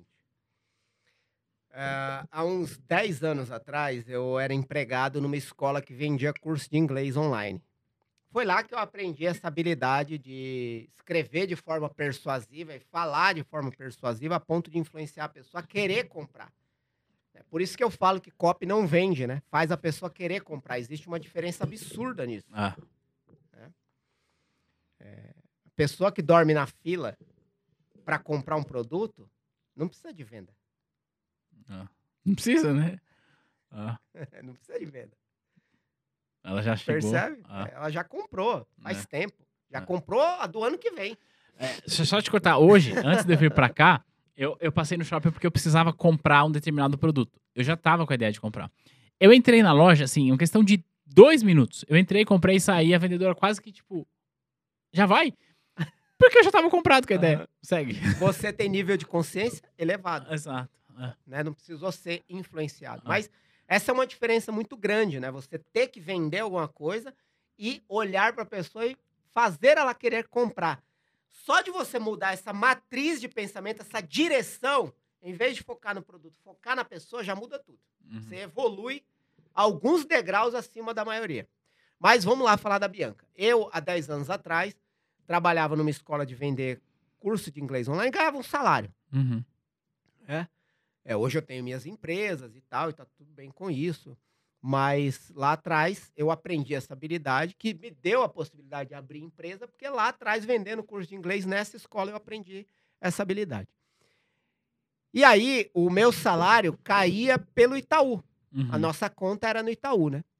Uh, há uns dez anos atrás, eu era empregado numa escola que vendia curso de inglês online. Foi lá que eu aprendi essa habilidade de escrever de forma persuasiva e falar de forma persuasiva a ponto de influenciar a pessoa a querer comprar. É por isso que eu falo que copy não vende, né? Faz a pessoa querer comprar. Existe uma diferença absurda nisso. Ah. É. É, a pessoa que dorme na fila para comprar um produto não precisa de venda. Ah. Não precisa, né? Ah. Não precisa de venda. Ela já chegou. Percebe? Ah. É, ela já comprou faz É. tempo. Já É. comprou a do ano que vem. É, deixa eu só te cortar. Hoje, antes de eu vir pra cá, eu, eu passei no shopping porque eu precisava comprar um determinado produto. Eu já tava com a ideia de comprar. Eu entrei na loja, assim, em questão de dois minutos. Eu entrei, comprei e saí. A vendedora quase que, tipo, já vai? Porque eu já tava comprado com a ideia. Aham. Segue. Você tem nível de consciência elevado. Exato. É. Né? Não precisou ser influenciado. Ah. Mas essa é uma diferença muito grande, né? Você ter que vender alguma coisa e olhar para a pessoa e fazer ela querer comprar. Só de você mudar essa matriz de pensamento, essa direção, em vez de focar no produto, focar na pessoa, já muda tudo. Uhum. Você evolui alguns degraus acima da maioria. Mas vamos lá falar da Bianca. Eu, há dez anos atrás, trabalhava numa escola de vender curso de inglês online e ganhava um salário. Uhum. É. É, hoje eu tenho minhas empresas e tal, e tá tudo bem com isso. Mas lá atrás eu aprendi essa habilidade que me deu a possibilidade de abrir empresa, porque lá atrás, vendendo curso de inglês, nessa escola eu aprendi essa habilidade. E aí, o meu salário caía pelo Itaú. Uhum. A nossa conta era no Itaú, né?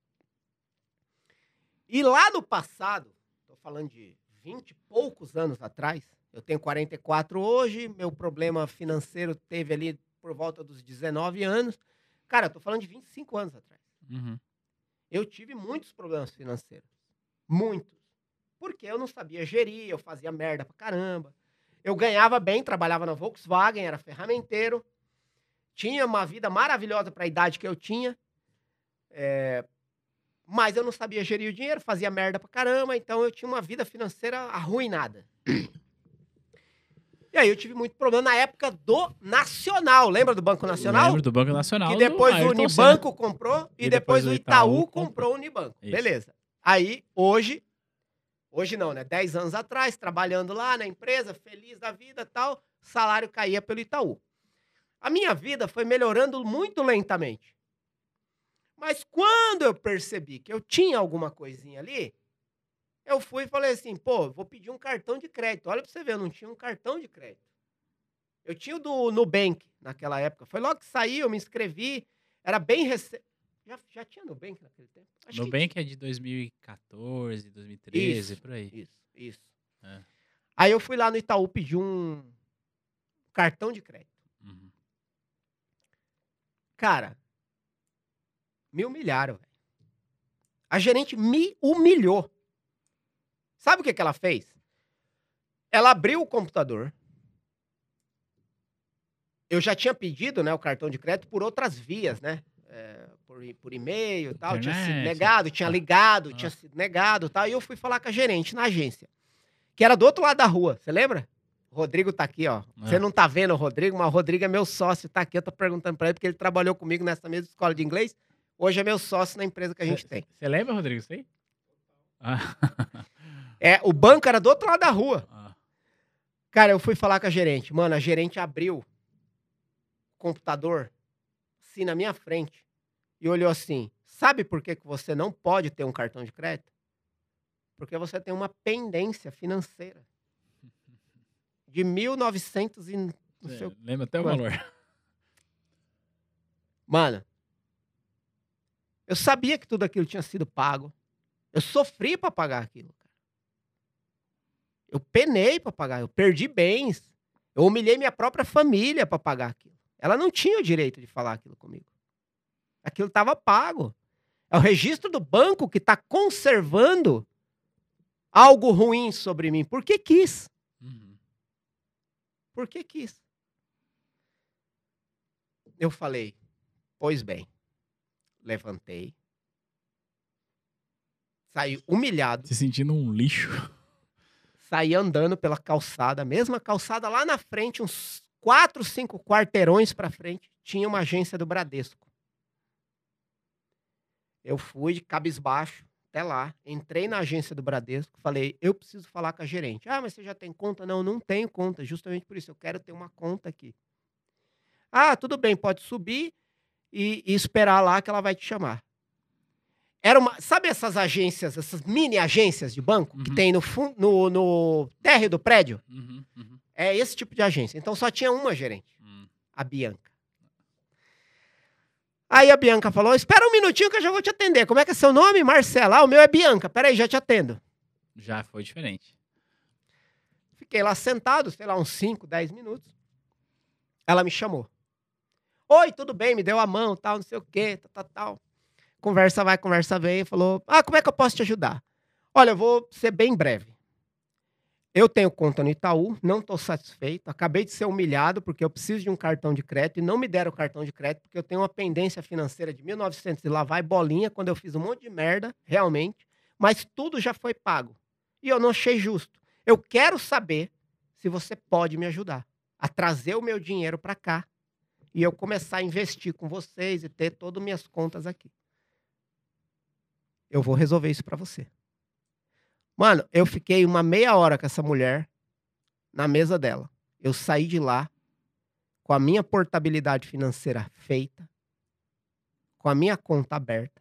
E lá no passado, tô falando de vinte e poucos anos atrás, eu tenho quarenta e quatro hoje, meu problema financeiro teve ali por volta dos dezenove anos. Cara, eu tô falando de vinte e cinco anos atrás. Uhum. Eu tive muitos problemas financeiros. Muitos. Porque eu não sabia gerir, eu fazia merda pra caramba. Eu ganhava bem, trabalhava na Volkswagen, era ferramenteiro. Tinha uma vida maravilhosa para a idade que eu tinha. É... Mas eu não sabia gerir o dinheiro, fazia merda pra caramba, então eu tinha uma vida financeira arruinada. E aí eu tive muito problema na época do Nacional. Lembra do Banco Nacional? Lembro do Banco Nacional. Que depois do o Ayrton Unibanco Senna. comprou e, E depois, depois o o Itaú, Itaú comprou comprou. o Unibanco. Isso. Beleza. Aí, hoje, hoje não, né? Dez anos atrás, trabalhando lá na empresa, feliz da vida e tal, salário caía pelo Itaú. A minha vida foi melhorando muito lentamente. Mas quando eu percebi que eu tinha alguma coisinha ali, eu fui e falei assim, pô, vou pedir um cartão de crédito. Olha pra você ver, eu não tinha um cartão de crédito. Eu tinha o do Nubank naquela época. Foi logo que saiu, eu me inscrevi. Era bem recente. Já, já tinha Nubank naquele tempo? Acho Nubank que... é de dois mil e quatorze, dois mil e treze, Isso, por aí. Isso, isso. É. Aí eu fui lá no Itaú pedir um cartão de crédito. Uhum. Cara, me humilharam, velho. A gerente me humilhou. Sabe o que, que ela fez? Ela abriu o computador. Eu já tinha pedido, né, o cartão de crédito por outras vias, né? É, por, e- por e-mail e tal. Tinha sido Internet. negado, tinha Ah. ligado, Ah. tinha sido negado e tal. E eu fui falar com a gerente na agência, que era do outro lado da rua. Você lembra? O Rodrigo tá aqui, ó. Você Ah. não tá vendo o Rodrigo, mas o Rodrigo é meu sócio, tá aqui. Eu tô perguntando pra ele, porque ele trabalhou comigo nessa mesma escola de inglês. Hoje é meu sócio na empresa que a gente tem. Você lembra, Rodrigo, isso aí? Ah. É, o banco era do outro lado da rua. Ah. Cara, eu fui falar com a gerente. Mano, a gerente abriu o computador, assim, na minha frente, e olhou assim, sabe por que que você não pode ter um cartão de crédito? Porque você tem uma pendência financeira de mil e novecentos e... Não sei o... Lembra até o Quanto? valor. Mano, eu sabia que tudo aquilo tinha sido pago. Eu sofri pra pagar aquilo, cara. Eu penei pra pagar, eu perdi bens. Eu humilhei minha própria família pra pagar aquilo. Ela não tinha o direito de falar aquilo comigo. Aquilo estava pago. É o registro do banco que está conservando algo ruim sobre mim. Por que quis? Uhum. Por que quis? Eu falei, pois bem. Levantei. Saí humilhado. Se sentindo um lixo. Saí andando pela calçada. A mesma calçada lá na frente, uns quatro, cinco quarteirões para frente, tinha uma agência do Bradesco. Eu fui de cabisbaixo até lá, entrei na agência do Bradesco, falei, eu preciso falar com a gerente. Ah, mas você já tem conta? Não, não tenho conta, justamente por isso, eu quero ter uma conta aqui. Ah, tudo bem, pode subir e, e esperar lá que ela vai te chamar. Era uma, sabe essas agências, essas mini agências de banco Uhum. que tem no, fun- no, no térreo do prédio? Uhum, uhum, É esse tipo de agência. Então só tinha uma gerente, uhum. a Bianca. Aí a Bianca falou, espera um minutinho que eu já vou te atender. Como é que é seu nome? Marcela. Ah, o meu é Bianca. Peraí, já te atendo. Já foi diferente. Fiquei lá sentado, sei lá, uns cinco, dez minutos. Ela me chamou. Oi, tudo bem? Me deu a mão, tal, não sei o quê, tal, tal, tal. Conversa vai, conversa vem. Falou, ah, como é que eu posso te ajudar? Olha, eu vou ser bem breve. Eu tenho conta no Itaú, não estou satisfeito. Acabei de ser humilhado porque eu preciso de um cartão de crédito e não me deram o cartão de crédito porque eu tenho uma pendência financeira de mil e novecentos e lá vai bolinha quando eu fiz um monte de merda, realmente. Mas tudo já foi pago. E eu não achei justo. Eu quero saber se você pode me ajudar a trazer o meu dinheiro para cá e eu começar a investir com vocês e ter todas minhas contas aqui. Eu vou resolver isso para você. Mano, eu fiquei uma meia hora com essa mulher na mesa dela. Eu saí de lá com a minha portabilidade financeira feita, com a minha conta aberta,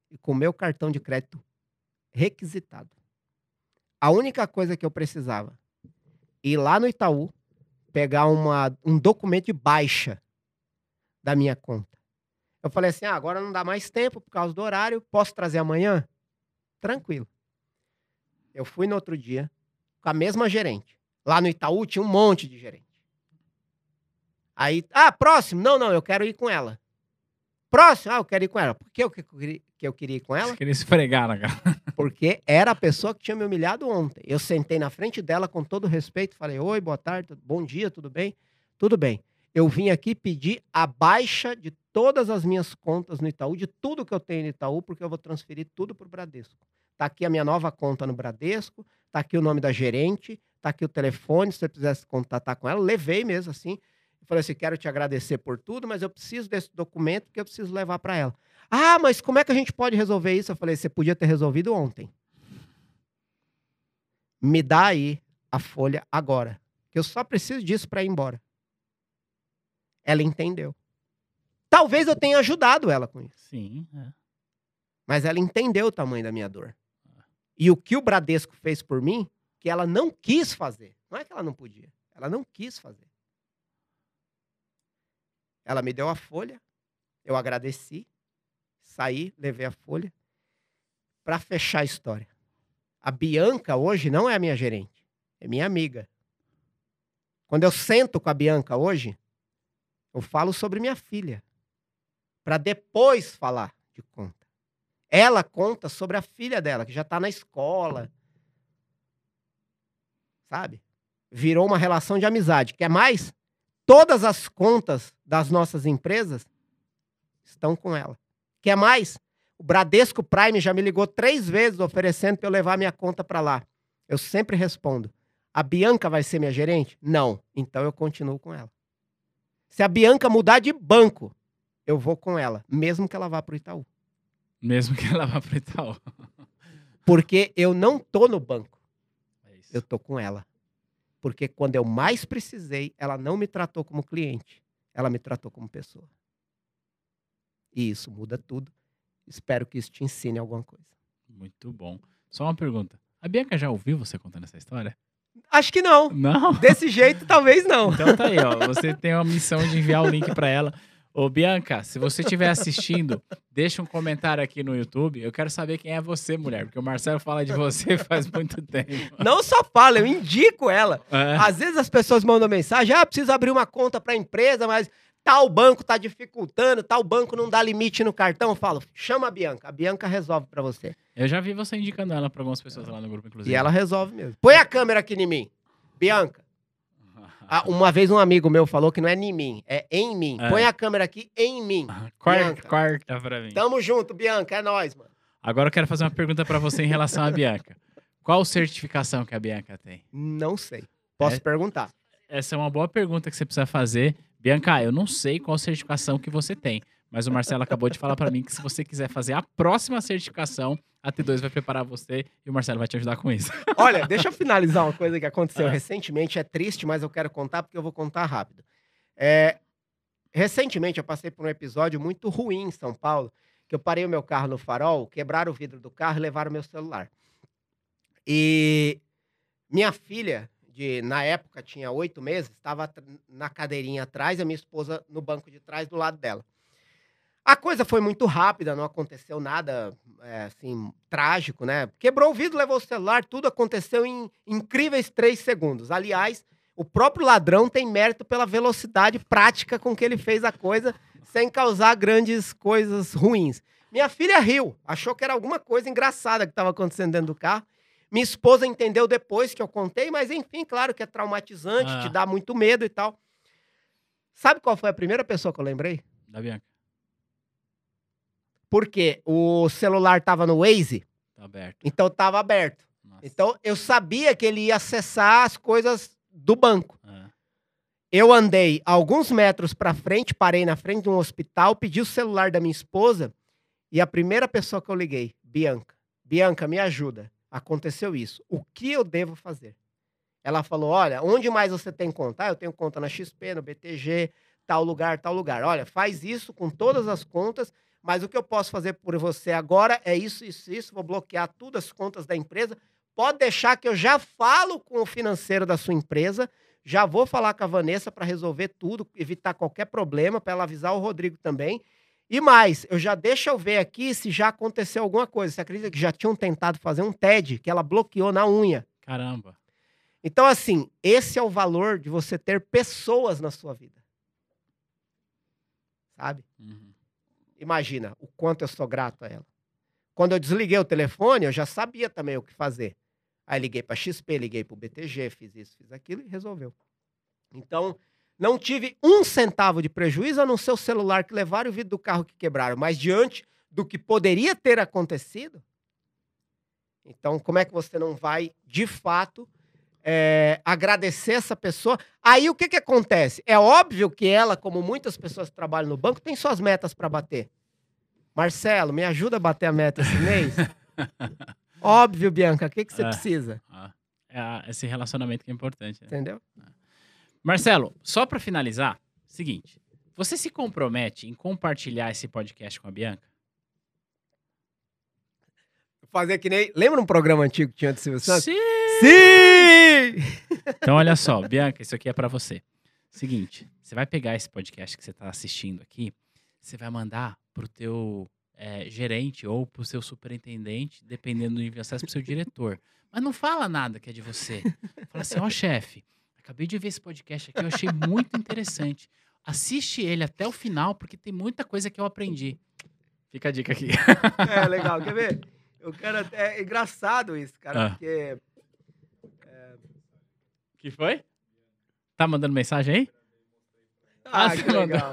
e com o meu cartão de crédito requisitado. A única coisa que eu precisava, ir lá no Itaú, pegar uma, um documento de baixa da minha conta. Eu falei assim, ah, agora não dá mais tempo por causa do horário, posso trazer amanhã? Tranquilo. Eu fui no outro dia, com a mesma gerente. Lá no Itaú tinha um monte de gerente. Aí, ah, próximo? Não, não, eu quero ir com ela. Próximo? Ah, eu quero ir com ela. Por que eu, que eu queria ir com ela? Você queria esfregar na cara. Porque era a pessoa que tinha me humilhado ontem. Eu sentei na frente dela com todo respeito, falei, oi, boa tarde, bom dia, tudo bem? Tudo bem. Eu vim aqui pedir a baixa de todas as minhas contas no Itaú, de tudo que eu tenho no Itaú, porque eu vou transferir tudo para o Bradesco. Tá aqui a minha nova conta no Bradesco, tá aqui o nome da gerente, tá aqui o telefone, se você quisesse contatar com ela, levei mesmo assim. Eu falei assim, quero te agradecer por tudo, mas eu preciso desse documento que eu preciso levar para ela. Ah, mas como é que a gente pode resolver isso? Eu falei, você podia ter resolvido ontem. Me dá aí a folha agora, que eu só preciso disso para ir embora. Ela entendeu. Talvez eu tenha ajudado ela com isso. Sim, é. Mas ela entendeu o tamanho da minha dor. E o que o Bradesco fez por mim, que ela não quis fazer. Não é que ela não podia, ela não quis fazer. Ela me deu a folha, eu agradeci, saí, levei a folha. Para fechar a história. A Bianca hoje não é a minha gerente, é minha amiga. Quando eu sento com a Bianca hoje, eu falo sobre minha filha. Para depois falar de conta. Ela conta sobre a filha dela, que já está na escola. Sabe? Virou uma relação de amizade. Quer mais? Todas as contas das nossas empresas estão com ela. Quer mais? O Bradesco Prime já me ligou três vezes oferecendo para eu levar minha conta para lá. Eu sempre respondo, a Bianca vai ser minha gerente? Não. Então eu continuo com ela. Se a Bianca mudar de banco, eu vou com ela, mesmo que ela vá para o Itaú. Mesmo que ela vá para o Itaú. Porque eu não tô no banco. É isso. Eu tô com ela. Porque quando eu mais precisei, ela não me tratou como cliente. Ela me tratou como pessoa. E isso muda tudo. Espero que isso te ensine alguma coisa. Muito bom. Só uma pergunta. A Bianca já ouviu você contando essa história? Acho que não. Não? Desse jeito, talvez não. Então tá aí, ó. Você tem uma missão de enviar o link pra ela. Ô, Bianca, se você estiver assistindo, deixa um comentário aqui no YouTube. Eu quero saber quem é você, mulher. Porque o Marcelo fala de você faz muito tempo. Não só fala, eu indico ela. É. Às vezes as pessoas mandam mensagem, ah, preciso abrir uma conta pra empresa, mas tal banco tá dificultando, tal banco não dá limite no cartão. Eu falo, chama a Bianca. A Bianca resolve pra você. Eu já vi você indicando ela pra algumas pessoas lá no grupo, inclusive. E ela resolve mesmo. Põe a câmera aqui em mim. Bianca. Ah, uma vez um amigo meu falou que não é em mim, é em mim. É. Põe a câmera aqui em mim. Corta, Bianca. corta pra mim. Tamo junto, Bianca. É nóis, mano. Agora eu quero fazer uma pergunta pra você em relação à Bianca. Qual certificação que a Bianca tem? Não sei. Posso É. perguntar. Essa é uma boa pergunta que você precisa fazer. Bianca, eu não sei qual certificação que você tem, mas o Marcelo acabou de falar pra mim que se você quiser fazer a próxima certificação, a T dois vai preparar você e o Marcelo vai te ajudar com isso. Olha, deixa eu finalizar uma coisa que aconteceu Ah. recentemente. É triste, mas eu quero contar porque eu vou contar rápido. É, recentemente eu passei por um episódio muito ruim em São Paulo, que eu parei o meu carro no farol, quebraram o vidro do carro e levaram o meu celular. E minha filha, de, na época tinha oito meses, estava na cadeirinha atrás e a minha esposa no banco de trás do lado dela. A coisa foi muito rápida, não aconteceu nada, é, assim, trágico, né? Quebrou o vidro, levou o celular, tudo aconteceu em incríveis três segundos. Aliás, o próprio ladrão tem mérito pela velocidade prática com que ele fez a coisa, sem causar grandes coisas ruins. Minha filha riu, achou que era alguma coisa engraçada que estava acontecendo dentro do carro. Minha esposa entendeu depois que eu contei, mas enfim, claro que é traumatizante, Ah. te dá muito medo e tal. Sabe qual foi a primeira pessoa que eu lembrei? Da Bianca. Porque o celular estava no Waze, Tá aberto. então estava aberto. Nossa. Então eu sabia que ele ia acessar as coisas do banco. Ah. Eu andei alguns metros para frente, parei na frente de um hospital, pedi o celular da minha esposa e a primeira pessoa que eu liguei, Bianca. Bianca, me ajuda. Aconteceu isso. O que eu devo fazer? Ela falou, olha, onde mais você tem conta? Ah, eu tenho conta na X P, no B T G, tal lugar, tal lugar. Olha, faz isso com todas as contas, mas o que eu posso fazer por você agora é isso, isso, isso, vou bloquear tudo, as contas da empresa. Pode deixar que eu já falo com o financeiro da sua empresa, já vou falar com a Vanessa para resolver tudo, evitar qualquer problema, para ela avisar o Rodrigo também. E mais, eu já deixa eu ver aqui se já aconteceu alguma coisa. Você acredita que já tinham tentado fazer um T E D que ela bloqueou na unha? Caramba. Então, assim, esse é o valor de você ter pessoas na sua vida. Sabe? Uhum. Imagina o quanto eu sou grato a ela. Quando eu desliguei o telefone, eu já sabia também o que fazer. Aí liguei para X P, liguei para o B T G, fiz isso, fiz aquilo e resolveu. Então, não tive um centavo de prejuízo a não ser o celular que levaram e o vidro do carro que quebraram. Mas diante do que poderia ter acontecido, então como é que você não vai, de fato, é, agradecer essa pessoa? Aí o que, que acontece? É óbvio que ela, como muitas pessoas que trabalham no banco, tem suas metas para bater. Marcelo, me ajuda a bater a meta esse mês? Óbvio, Bianca, o que, que você É. precisa? Ah, é a- esse relacionamento que é importante. Né? Entendeu? Marcelo, só pra finalizar, seguinte. Você se compromete em compartilhar esse podcast com a Bianca? Fazer que nem... Lembra um programa antigo que tinha de Silvio Santos? Sim! Sim! Então, olha só, Bianca, isso aqui é pra você. Seguinte, você vai pegar esse podcast que você tá assistindo aqui, você vai mandar pro teu é, gerente ou pro seu superintendente, dependendo do nível de acesso, pro seu diretor. Mas não fala nada que é de você. Fala assim, ó, chefe, acabei de ver esse podcast aqui, eu achei muito interessante. Assiste ele até o final, porque tem muita coisa que eu aprendi. Fica a dica aqui. É, legal. Quer ver? Eu quero até... É engraçado isso, cara, Ah. porque... Que foi? Tá mandando mensagem aí? Ah, Ah, que você mandou. legal.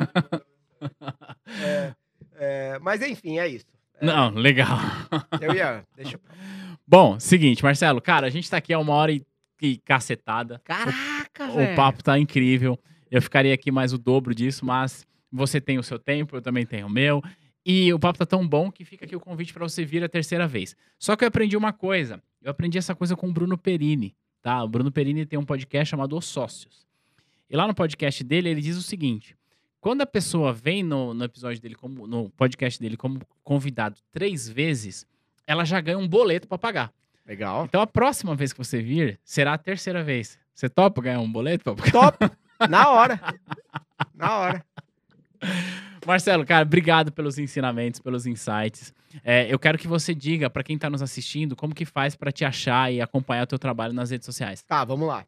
É, é, mas enfim, é isso. É, Não, legal. eu ia... Deixa eu... Bom, seguinte, Marcelo, cara, a gente tá aqui há uma hora e, e cacetada. Caraca, O velho. papo tá incrível. Eu ficaria aqui mais o dobro disso, mas você tem o seu tempo, eu também tenho o meu. E o papo tá tão bom que fica aqui o convite pra você vir a terceira vez. Só que eu aprendi uma coisa. Eu aprendi essa coisa com o Bruno Perini, tá? O Bruno Perini tem um podcast chamado Os Sócios. E lá no podcast dele, ele diz o seguinte: quando a pessoa vem no, no episódio dele, como, no podcast dele como convidado três vezes, ela já ganha um boleto pra pagar. Legal. Então a próxima vez que você vir, será a terceira vez. Você topa ganhar um boleto pra pagar? Top. Na hora. Na hora. Marcelo, cara, obrigado pelos ensinamentos, pelos insights. É, eu quero que você diga pra quem tá nos assistindo como que faz pra te achar e acompanhar o teu trabalho nas redes sociais. Tá, vamos lá.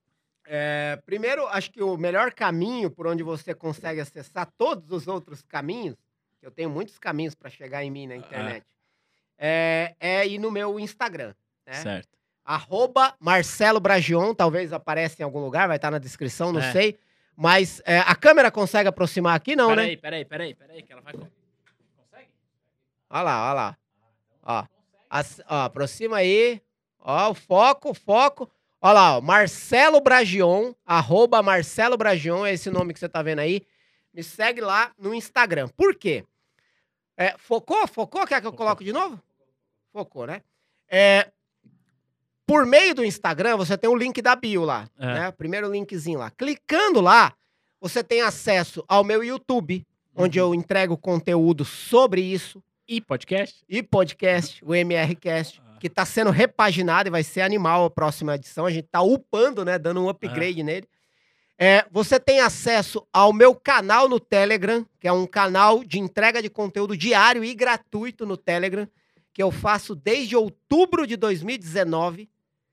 É, primeiro, acho que o melhor caminho por onde você consegue acessar todos os outros caminhos, eu tenho muitos caminhos para chegar em mim na internet, é, é ir no meu Instagram, né? Certo. Arroba Marcelo Bragion, talvez apareça em algum lugar, vai estar na descrição, não É. sei. Mas é, a câmera consegue aproximar aqui, não, peraí, né? peraí, peraí, peraí, que ela vai... Consegue? Olha lá, olha lá. Ó, As- ó, aproxima aí. Ó, o foco, o foco. Olha lá, ó, Marcelo Bragion, arroba Marcelo Bragion, é esse nome que você tá vendo aí. Me segue lá no Instagram. Por quê? É, focou? Focou? Quer que eu Focou. coloque de novo? Focou, né? É, por meio do Instagram, você tem o link da bio lá, É. né? Primeiro linkzinho lá. Clicando lá, você tem acesso ao meu YouTube, onde Uhum. eu entrego conteúdo sobre isso. E podcast? E podcast, o MRCast, Ah. que tá sendo repaginado e vai ser animal a próxima edição. A gente tá upando, né? Dando um upgrade nele. É, você tem acesso ao meu canal no Telegram, que é um canal de entrega de conteúdo diário e gratuito no Telegram, que eu faço desde outubro de dois mil e dezenove.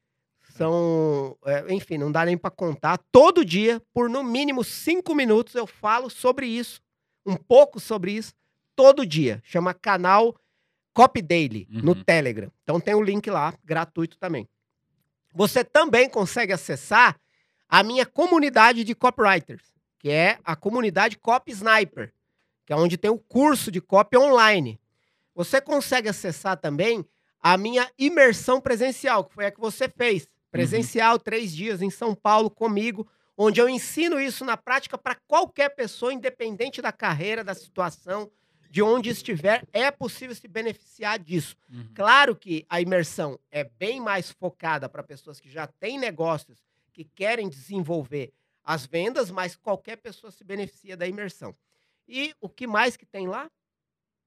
São, é, enfim, não dá nem pra contar. Todo dia, por no mínimo cinco minutos, eu falo sobre isso, um pouco sobre isso, todo dia. Chama canal Copy Daily, Uhum. no Telegram. Então tem o link lá, gratuito também. Você também consegue acessar a minha comunidade de copywriters, que é a comunidade Copy Sniper, que é onde tem o curso de copy online. Você consegue acessar também a minha imersão presencial, que foi a que você fez. Presencial, três dias em São Paulo comigo, onde eu ensino isso na prática para qualquer pessoa, independente da carreira, da situação, de onde estiver, é possível se beneficiar disso. Uhum. Claro que a imersão é bem mais focada para pessoas que já têm negócios, que querem desenvolver as vendas, mas qualquer pessoa se beneficia da imersão. E o que mais que tem lá?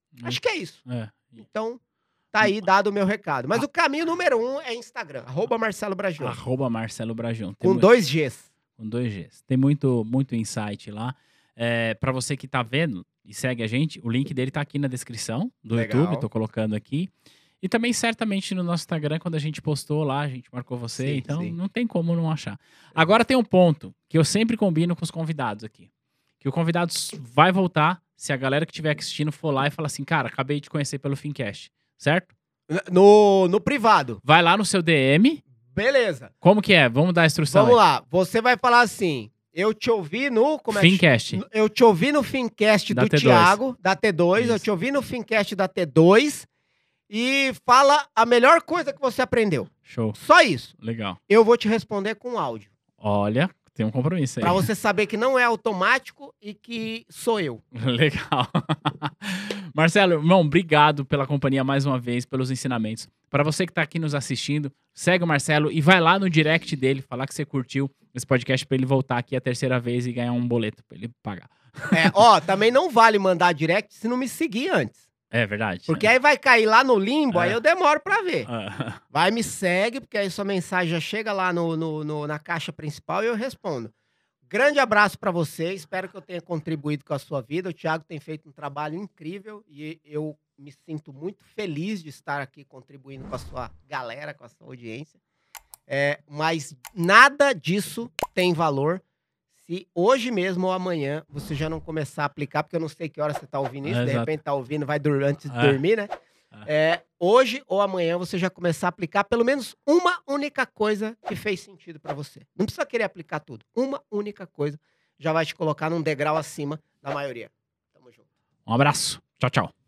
Acho que é isso. É. Então, tá aí dado o meu recado. Mas o caminho número um é Instagram, arroba Marcelo Bragion. Arroba Marcelo Bragion. Com dois Gs. Com dois Gs. Tem muito, muito insight lá. É, para você que tá vendo e segue a gente, o link dele tá aqui na descrição do Legal. YouTube, tô colocando aqui. E também, certamente, no nosso Instagram, quando a gente postou lá, a gente marcou você, Sim, então sim. não tem como não achar. Agora tem um ponto que eu sempre combino com os convidados aqui. Que o convidado vai voltar se a galera que estiver assistindo for lá e falar assim, cara, acabei de conhecer pelo Fincast, certo? No, no privado. Vai lá no seu D M. Beleza. Como que é? Vamos dar a instrução Vamos aí. lá. Você vai falar assim, eu te ouvi no... Como é que Fincast. chama? Eu te ouvi no Fincast Da do T dois. Thiago, da T dois. Eu Isso. te ouvi no Fincast da T dois. E fala a melhor coisa que você aprendeu. Show. Só isso. Legal. Eu vou te responder com áudio. Olha, tem um compromisso aí. Pra você saber que não é automático e que sou eu. Legal. Marcelo, irmão, obrigado pela companhia mais uma vez, pelos ensinamentos. Para você que tá aqui nos assistindo, segue o Marcelo e vai lá no direct dele, falar que você curtiu esse podcast pra ele voltar aqui a terceira vez e ganhar um boleto pra ele pagar. É, ó, também não vale mandar direct se não me seguir antes. É verdade. Porque aí vai cair lá no limbo, É. aí eu demoro pra ver. Ah, Vai, me segue, porque aí sua mensagem já chega lá no, no- no- na caixa principal e eu respondo. Grande abraço pra você, espero que eu tenha contribuído com a sua vida. O Thiago tem feito um trabalho incrível e eu me sinto muito feliz de estar aqui contribuindo com a sua galera, com a sua audiência. É, mas nada disso tem valor se hoje mesmo ou amanhã você já não começar a aplicar, porque eu não sei que hora você tá ouvindo isso, É, de exato. repente tá ouvindo, vai dur antes de É. dormir, né? É, hoje ou amanhã você já começar a aplicar pelo menos uma única coisa que fez sentido pra você. Não precisa querer aplicar tudo. Uma única coisa já vai te colocar num degrau acima da maioria. Tamo junto. um abraço. Tchau, tchau.